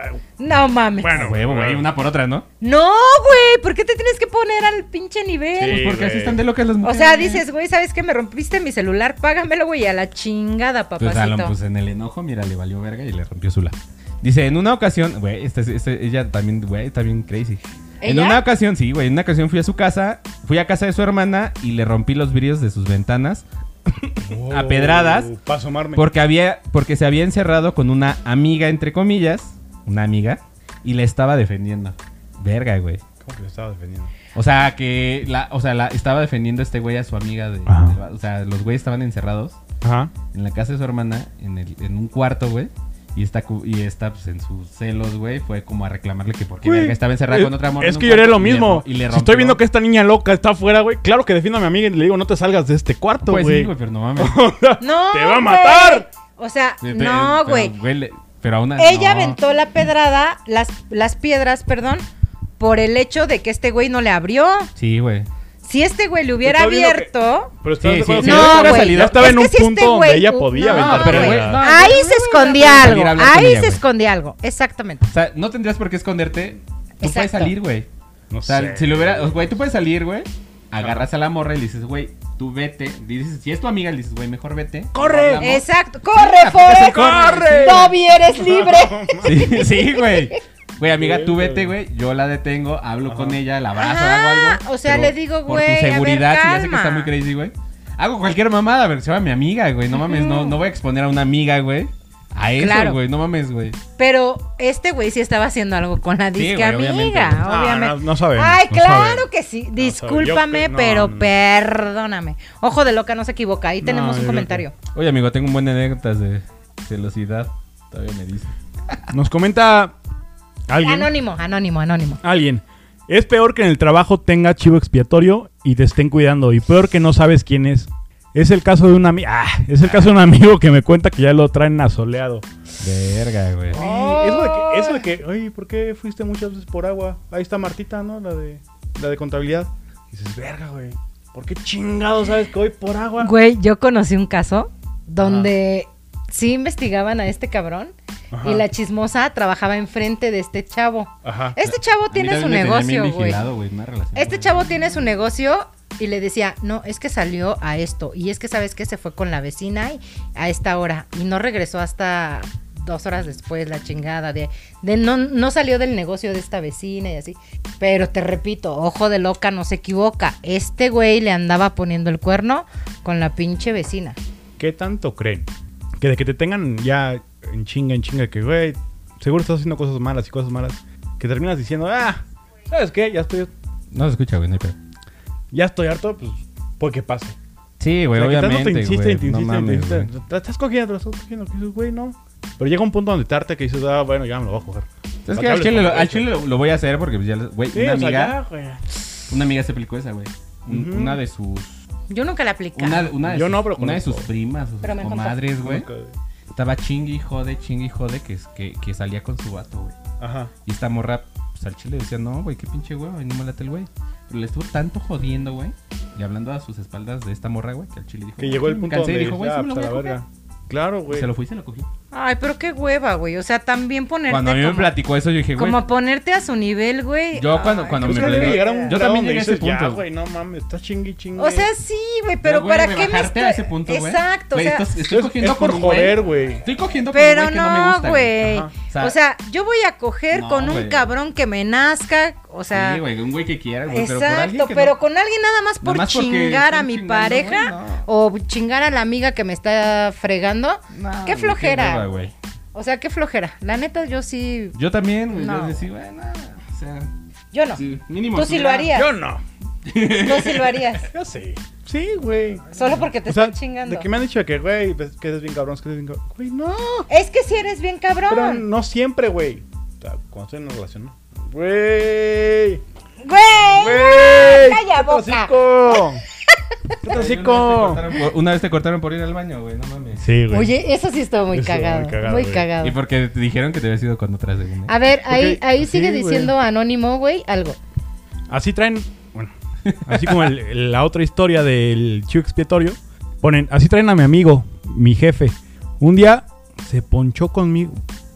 No mames.
Bueno,
A huevo, güey, una por otra, ¿no?
No, güey, ¿por qué te tienes que poner al pinche nivel?
Sí.
Pues porque así
güey.
están de locas las
O
mujeres.
sea, dices, güey, ¿sabes qué? Me rompiste mi celular, págamelo, güey, a la chingada,
Pues,
papacito.
pues en el enojo, mira, le valió verga y le rompió su lápiz. Dice, en una ocasión, güey, ella también, güey, está bien crazy. En
¿Ella?
una ocasión, sí, güey, en una ocasión fui a casa de su hermana y le rompí los vidrios de sus ventanas a pedradas
Para asomarme.
porque se había encerrado con una amiga, entre comillas, una amiga, y le estaba defendiendo. Verga, güey.
¿Cómo que lo estaba defendiendo?
O sea, que estaba defendiendo este güey a su amiga
Ajá.
o sea, los güeyes estaban encerrados
Ajá.
en la casa de su hermana, en un cuarto, güey. Y está pues, en sus celos, güey, fue como a reclamarle que porque
Güey,
verga estaba encerrada con otra morra.
Es
en
que
un
yo haría
cuarto
lo mismo.
y le
Si estoy viendo que esta niña loca está afuera, güey, claro que defiendo a mi amiga y le digo, no te salgas de este cuarto,
Pues
güey.
sí, güey, pero no mames.
No,
¡Te va a
güey.
matar!
O sea,
Pero,
no, güey.
Pero aún
Ella
no.
aventó la pedrada, las piedras, perdón, por el hecho de que este güey no le abrió.
Sí, güey.
Si este güey le hubiera
Estás viendo
abierto...
Pero estás
Sí,
de acuerdo
sí,
que
sí,
ya
no,
hubiera
güey.
salido. Ya estaba
Es
en
que
un
si este
punto donde
güey-
ella podía
no,
aventar
pero, güey,
pedradas.
no.
Ahí
güey,
se
güey,
escondía
güey,
algo.
salir a hablar con
Ahí
ella,
se
güey.
escondía algo. Exactamente.
O sea, no tendrías por qué esconderte. Tú
Exacto.
puedes salir, güey.
No
O sea,
sé.
si lo hubiera... Güey, tú puedes salir, güey. Agarras a la morra y le dices, güey, tú vete. Dices, si es tu amiga, le dices, güey, mejor vete.
¡Corre!
No hablamos.
Exacto. ¡Corre,
aplicas el
Forrest!
corre.
¡Toby, eres libre!
Sí, sí, güey. Güey, amiga, tú vete, güey. Yo la detengo, hablo con ella, la abrazo,
Ajá,
hago algo.
o sea,
pero
le digo,
por
güey, a
tu
ver,
seguridad, si ya sé que
calma.
está muy crazy, güey. Hago cualquier mamada, pero se llama mi amiga, güey. No mames, no voy a exponer a una amiga, güey. A eso,
Claro.
güey. No mames, güey.
Pero este güey sí estaba haciendo algo con la disque
güey, obviamente,
amiga.
güey.
Obviamente.
No sabemos.
Ay,
no
claro
sabemos.
que sí.
No
Discúlpame,
sabe. Yo
pero
no.
perdóname. Ojo de loca, no se equivoca. Ahí tenemos
yo
un
creo
comentario.
Oye, amigo, tengo un buen anécdotas de celosidad. Todavía me dice.
Nos comenta alguien.
Anónimo.
Alguien. Es peor que en el trabajo tenga chivo expiatorio y te estén cuidando. Y peor que no sabes quién es. Es el caso de un amigo. Es el caso de un amigo que me cuenta que ya lo traen asoleado.
Verga, güey.
Eso de que, oye, ¿por qué fuiste muchas veces por agua? Ahí está Martita, ¿no? La de contabilidad. Y dices, verga, güey. ¿Por qué chingado sabes que voy por agua?
Güey, yo conocí un caso donde sí investigaban a este cabrón
Ajá.
y la chismosa trabajaba enfrente de este chavo.
Ajá.
Este chavo tiene su negocio, güey. Este chavo tiene su negocio y le decía, no, es que salió a esto. Y es que, ¿sabes qué? Se fue con la vecina y a esta hora. Y no regresó hasta 2 horas después, la chingada. No salió del negocio de esta vecina y así. Pero te repito, ojo de loca, no se equivoca. Este güey le andaba poniendo el cuerno con la pinche vecina.
¿Qué tanto creen? Que de que te tengan ya en chinga, que, güey, seguro estás haciendo cosas malas, que terminas diciendo, ¿sabes qué? Ya estoy
No se escucha, güey, no hay pedo.
harto, pues, porque pase.
Sí, güey,
O sea, que tanto
obviamente,
te insiste,
güey. No mames, güey.
Te estás cogiendo, que dices, güey, no. Pero llega un punto donde te harta que dices, bueno, ya me lo voy a coger.
Es
Para
que al
hables
chile,
con
al
eso.
chile lo voy a hacer porque pues, ya, güey,
Sí,
una
o sea,
amiga,
ya, güey.
una amiga se aplicó esa, güey.
Ujú.
Una de sus,
Yo nunca la aplicaba.
una de
Yo
sus,
no, pero
una de sus
conozco.
primas o sus
Pero me
comadres, güey.
Como
Estaba chingue y jode que salía con su vato, güey.
Ajá.
Y esta morra, pues al chile decía, no, güey, qué pinche huevo, y no me late el güey. Pero le estuvo tanto jodiendo, güey, y hablando a sus espaldas de esta morra, güey, que al chile dijo,
Que
"No,
llegó el
me
punto
cansé",
donde
y dijo, güey,
dices,
sí me lo
pues,
voy
a
a
la
coger.
verga. Claro,
Y
güey.
se lo fui y se lo cogió.
Ay, pero qué hueva, güey. O sea, también ponerte
Cuando a mí me
como,
platicó eso, yo dije, güey,
como ponerte a su nivel, güey.
yo cuando
Ay,
me
Pues que
platicó-
debe llegar a un
yo
grado
también
donde
llegué a ese
dices, ya,
punto.
güey, no mames, estás chingue.
O sea, sí, güey, pero
güey,
¿para qué me
rebajarte a ese punto, güey.
Exacto,
Güey,
o sea,
estoy cogiendo
es por
con un güey.
joder, güey.
Estoy cogiendo con
pero
un güey que no me
no,
gusta,
güey.
Ajá.
O sea, yo voy a coger
No,
con un
güey.
cabrón que me nazca, o sea,
Sí, güey, un güey que quiera, güey, pero por alguien
exacto,
que
pero
no.
con alguien nada más por
Nada más porque
chingar a
están
mi
chingando,
pareja
güey, no.
o chingar a la amiga que me está fregando.
No,
qué
güey,
flojera.
hueva, güey.
O sea, qué flojera. La neta, yo sí.
Yo también, güey,
No.
yo decía, güey, no, o sea,
Yo no.
sí, mínimo.
Tú sí
estuviera-
lo harías.
Yo no.
Tú sí lo harías.
Yo sí. Sí, güey.
Solo porque te
O sea,
están chingando.
de que me han dicho que, güey, pues, que eres bien cabrón, Güey, no.
Es que si eres bien cabrón.
Pero no siempre, güey. O sea, cuando estoy en una relación, no. Güey.
Güey.
Güey.
Calla
¡Cállate
boca.
hocico! hocico!
Una vez te cortaron por ir al baño, güey, no mames.
Sí, güey.
Oye, eso sí estuvo muy
Estuvo
cagado.
muy cagado,
Muy
güey.
cagado.
Y porque te dijeron que te habías ido con otra según.
A ver,
Porque-
ahí
sí,
sigue
güey.
diciendo Anónimo, güey, algo.
Así traen, bueno, así como la otra historia del chivo expiatorio, ponen, así traen a mi amigo, mi jefe. Un día se ponchó conmigo,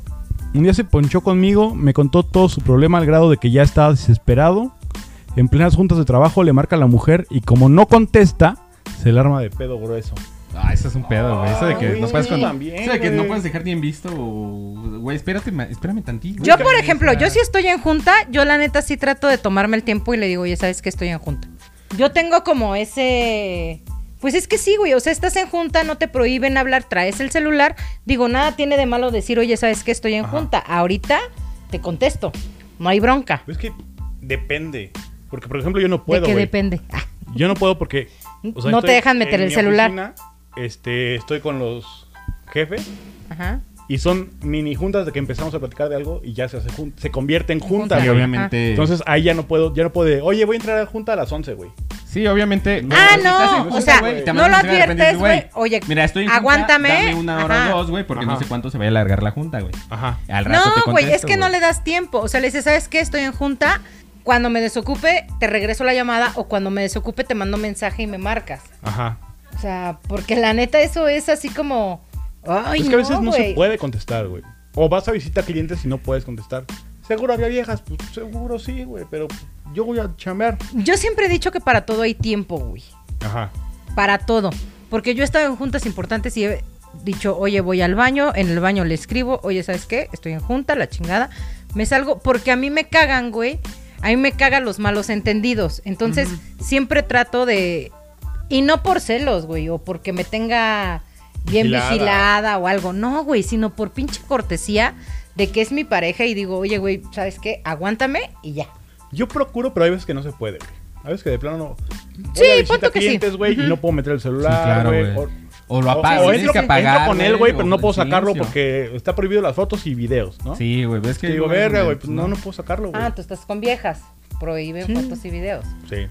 me contó todo su problema al grado de que ya estaba desesperado. En plenas juntas de trabajo le marca a la mujer y como no contesta, se le arma de pedo grueso.
Ah, eso es un pedo, güey. Eso de que
güey,
no puedes
sí, también,
eso de que no
güey.
puedes dejar bien visto o güey, espérame tantito.
Yo, por ejemplo, yo si estoy en junta, yo la neta sí trato de tomarme el tiempo y le digo, oye, ¿sabes que estoy en junta? Yo tengo como ese... Pues es que sí, güey, o sea, estás en junta, no te prohíben hablar, traes el celular. Digo, nada tiene de malo decir, oye, ¿sabes que estoy en
Ajá.
junta? Ahorita te contesto, no hay bronca.
Es que depende, porque por ejemplo yo no puedo,
¿De qué
güey.
depende? Ah,
Yo no puedo porque
No
estoy
te dejan meter
en
el
mi
celular.
oficina, estoy con los jefes
ajá.
y son mini juntas de que empezamos a platicar de algo y ya se convierte en junta,
junta.
Sí,
güey.
obviamente.
Entonces ahí ya no puedo de, oye, voy a entrar a la junta a las 11, güey.
Sí, obviamente.
Ah,
si estás en
no,
junta,
o sea,
güey, y te
no
mandan
lo
un mensaje de repente,
adviertes, güey. Oye,
mira, estoy en junta,
aguántame.
dame una hora
Ajá.
o dos, güey, porque no
Ajá.
sé cuánto se va a alargar la junta, güey.
Ajá.
Al rato te
No, güey, es
contesto,
que no
güey.
le das tiempo. O sea, le dices, ¿sabes qué? Estoy en junta. Cuando me desocupe, te regreso la llamada. O cuando me desocupe, te mando mensaje y me marcas.
Ajá.
O sea, porque la neta eso es así como... Ay,
Es que a veces no se
güey.
puede contestar, güey. O vas a visitar clientes y no puedes contestar. Seguro había viejas, pues seguro sí, güey, pero yo voy a chambear.
Yo siempre he dicho que para todo hay tiempo, güey.
Ajá.
Para todo. Porque yo he estado en juntas importantes y he dicho, oye, voy al baño, en el baño le escribo, oye, ¿sabes qué? Estoy en junta, la chingada. Me salgo, porque a mí me cagan, güey. A mí me cagan los malos entendidos. Entonces, siempre trato de... Y no por celos, güey, o porque me tenga bien vigilada o algo. No, güey, sino por pinche cortesía de que es mi pareja y digo, oye, güey, ¿sabes qué? Aguántame y ya.
Yo procuro, pero hay veces que no se puede, güey. Hay veces que de plano no.
Sí,
Voy a visitar
punto que sí.
clientes, güey, y no puedo meter el celular,
Sí, claro,
güey.
güey. O lo apagas,
o
tienes
entro,
que apagar,
entro con él, güey, pero no
o
puedo
en
sacarlo
silencio.
porque está prohibido las fotos y videos, ¿no?
Sí, güey, ves que...
Que digo,
lugares
verga,
donde,
güey, pues no puedo sacarlo, güey.
Ah, tú estás con viejas. Prohíben
Sí.
fotos y videos.
Sí.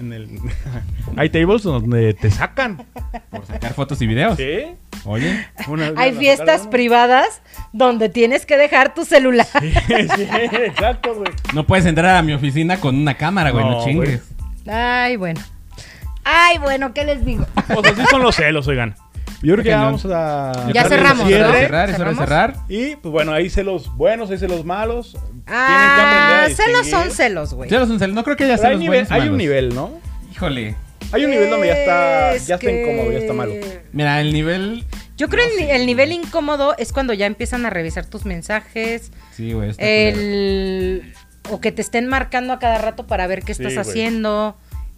Hay tables donde te sacan.
Por sacar fotos y videos.
¿Sí?
Oye,
Una vez
Hay
me la
fiestas
sacaron.
privadas donde tienes que dejar tu celular.
Sí, sí, exacto, güey.
no puedes entrar a mi oficina con una cámara, güey, no
No,
chingues.
Ay, bueno. Ay, bueno, ¿qué les digo?
Pues así son los celos, oigan. Yo creo que ya
Cañón.
vamos a...
Ya
darle
cerramos,
cierre.
Es hora de
¿no?
cerrar, es hora de
¿Cerramos?
cerrar.
Y pues bueno, hay celos buenos, hay celos malos.
Ah,
Tienen que aprender a
celos
distinguir.
son celos, güey.
Celos son celos, no creo que haya
Pero hay,
celos
nivel,
buenos y
hay un
malos.
nivel, ¿no?
Híjole.
Hay un nivel donde ya
Es
está incómodo, ya está malo.
Mira, el nivel...
Yo creo
No, sí.
el nivel incómodo es cuando ya empiezan a revisar tus mensajes.
Sí, güey, está culero.
O que te estén marcando a cada rato para ver qué estás
Sí, güey.
haciendo.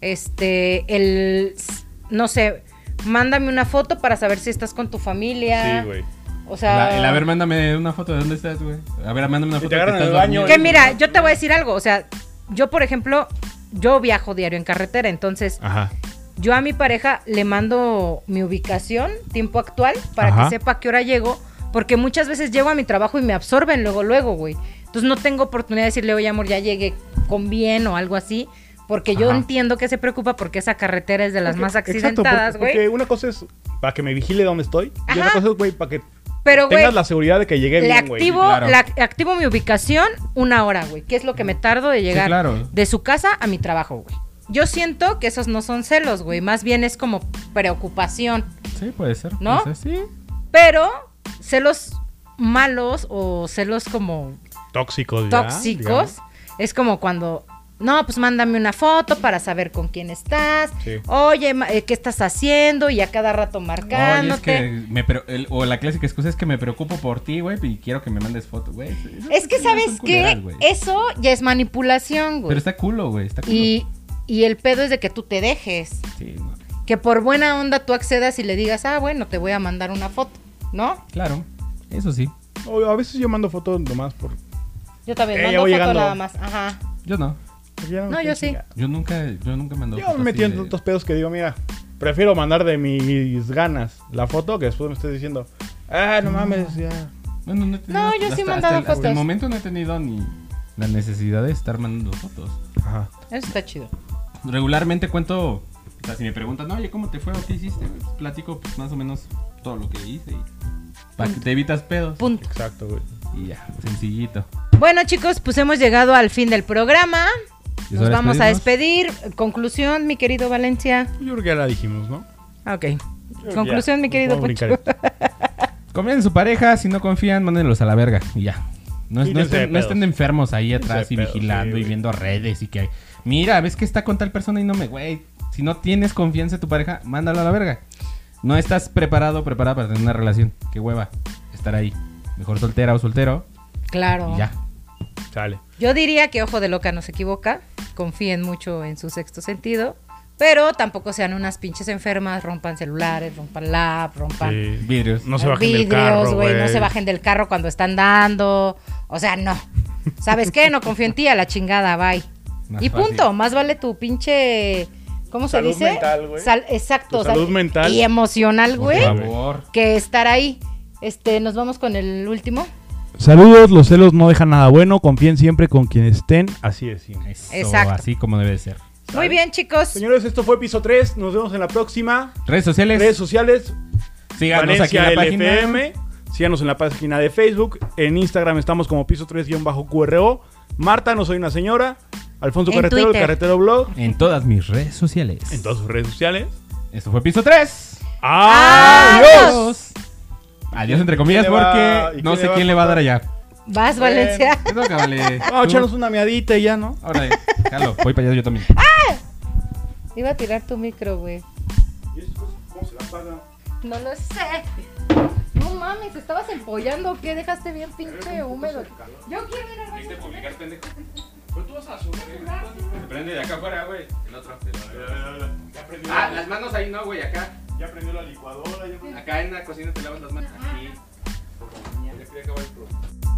No sé, mándame una foto para saber si estás con tu familia.
Sí, güey.
O sea,
A ver, mándame una foto de dónde estás, güey. A ver, mándame una
Si
foto
te
de que
agarran en
estás
el baño,
dormido.
que mira, yo te voy a decir algo. O sea, yo, por ejemplo, yo viajo diario en carretera, entonces
Ajá.
yo a mi pareja le mando mi ubicación, tiempo actual, para
Ajá.
que sepa a qué hora llego, porque muchas veces llego a mi trabajo y me absorben luego, güey. Entonces no tengo oportunidad de decirle, oye, amor, ya llegué con bien o algo así, porque yo
Ajá.
entiendo que se preocupa porque esa carretera es de las
Porque-
más
exacto,
accidentadas, güey.
porque una cosa es para que me vigile dónde estoy. Y
Ajá.
otra cosa es, güey, para que
Pero, güey,
tengas la seguridad de que llegué
le
bien, güey.
activo,
claro.
activo mi ubicación 1 hora, güey, que es lo que me tardo de llegar
claro.
de su casa a mi trabajo, güey. Yo siento que esos no son celos, güey, más bien es como preocupación.
Sí, puede ser.
¿No?
Puede ser, sí.
Pero celos malos o celos como
Tóxicos, ya,
tóxicos
digamos.
es como cuando, no, pues mándame una foto para saber con quién estás.
Sí.
Oye, ¿qué estás haciendo? Y a cada rato
Oye, es
marcándote.
que o la clásica excusa es que me preocupo por ti, güey, y quiero que me mandes fotos, güey.
Es que,
Esas
¿sabes
son
qué?
culeras, güey.
Eso ya es manipulación, güey.
Pero está culo, güey, está culo.
Y el pedo es de que tú te dejes.
Sí, no.
Que por buena onda tú accedas y le digas, ah, bueno, te voy a mandar una foto, ¿no?
Claro, eso sí.
O a veces yo mando fotos nomás por...
Yo también
Ya
mando
voy
foto
llegando.
nada más. Ajá.
Yo no.
porque ya
No,
me
yo
quiero
sí.
chingar.
Yo nunca mando
Yo
fotos
me metí
así
en
de-
tantos pedos que digo, mira, prefiero mandar de mis ganas la foto que después me estés diciendo, ah, no mames, ya.
Bueno, no, he tenido-
No, yo sí he mandado
hasta el
fotos.
momento no he tenido ni la necesidad de estar mandando fotos.
Ajá.
Eso está chido.
Regularmente cuento O sea, si me preguntan, no, oye, ¿cómo te fue o qué hiciste? Pues platico pues, más o menos todo lo que hice. Para que te evitas pedos.
Punto.
Exacto, güey.
Y ya, sencillito.
Bueno, chicos, pues hemos llegado al fin del programa.
¿Es
Nos
hora de
vamos a
despedirnos?
despedir. Conclusión, mi querido Valencia.
Yo creo que ya la dijimos, ¿no?
Ok. Conclusión, mi querido
Vamos a
Poncho.
brincar esto.
Confíen en su pareja, si no confían, mándenlos a la verga. Y ya. No,
Y
no
no se de
estén, no estén
pedos.
enfermos ahí
se
atrás
de
y
pedos,
vigilando
sí,
y
güey.
viendo redes y que... Mira, ves que está con tal persona y no me... Güey, si no tienes confianza en tu pareja, mándalo a la verga. No estás preparada para tener una relación. Qué hueva estar ahí. Mejor soltera o soltero
Claro.
y ya.
Sale.
Yo diría que ojo de loca no se equivoca. Confíen mucho en su sexto sentido. Pero tampoco sean unas pinches enfermas. Rompan celulares, rompan lap, rompan
Sí.
Vidrios.
No se bajen del
vidrios,
carro,
güey.
güey.
No se bajen del carro cuando están dando. O sea, no. ¿Sabes qué? No confío en ti, a la chingada, bye.
Más
Y
fácil.
punto. Más vale tu pinche... ¿Cómo se
Salud
dice?
mental, güey.
Exacto.
Tu salud mental.
Y emocional,
Por
güey.
favor.
Que estar ahí. Nos vamos con el último.
Saludos, los celos no dejan nada bueno. Confíen siempre con quien estén. Así decimos.
Eso,
Exacto.
así como debe ser.
Muy bien, chicos.
Señores, esto fue Piso 3. Nos vemos en la próxima.
Redes sociales.
Redes sociales.
Síganos aquí en la página.
LFM. Síganos en la página de Facebook. En Instagram estamos como Piso 3-QRO. Marta, no soy una señora. Alfonso
En
Carretero, el
Twitter.
Carretero Blog.
En todas mis redes sociales.
En todas sus redes sociales.
Esto fue Piso 3.
¡Adiós!
Adiós entre comillas
¿Quién le va-
porque
y
no
quién
sé
le va
quién
a
le va a dar
contar?
allá.
Vas,
Bueno.
Valencia.
Te toca, vale.
Vamos a echarnos una miadita y ya, ¿no?
Ahora, jalo, voy para allá yo también.
Iba a tirar tu micro, güey.
¿Y eso cómo se la paga?
No lo sé. No mames, ¿estabas empollando o qué? Dejaste bien pinche húmedo. Yo quiero ir al baño.
publicar, pendejo? Pero tú vas a subir. Se prende de acá afuera, güey. El otro.
Ya prendió,
Ah, las manos ahí no, güey, acá.
ya prendió la licuadora.
Acá en la cocina te lavas las manos. Aquí. Ya quería acabar el programa.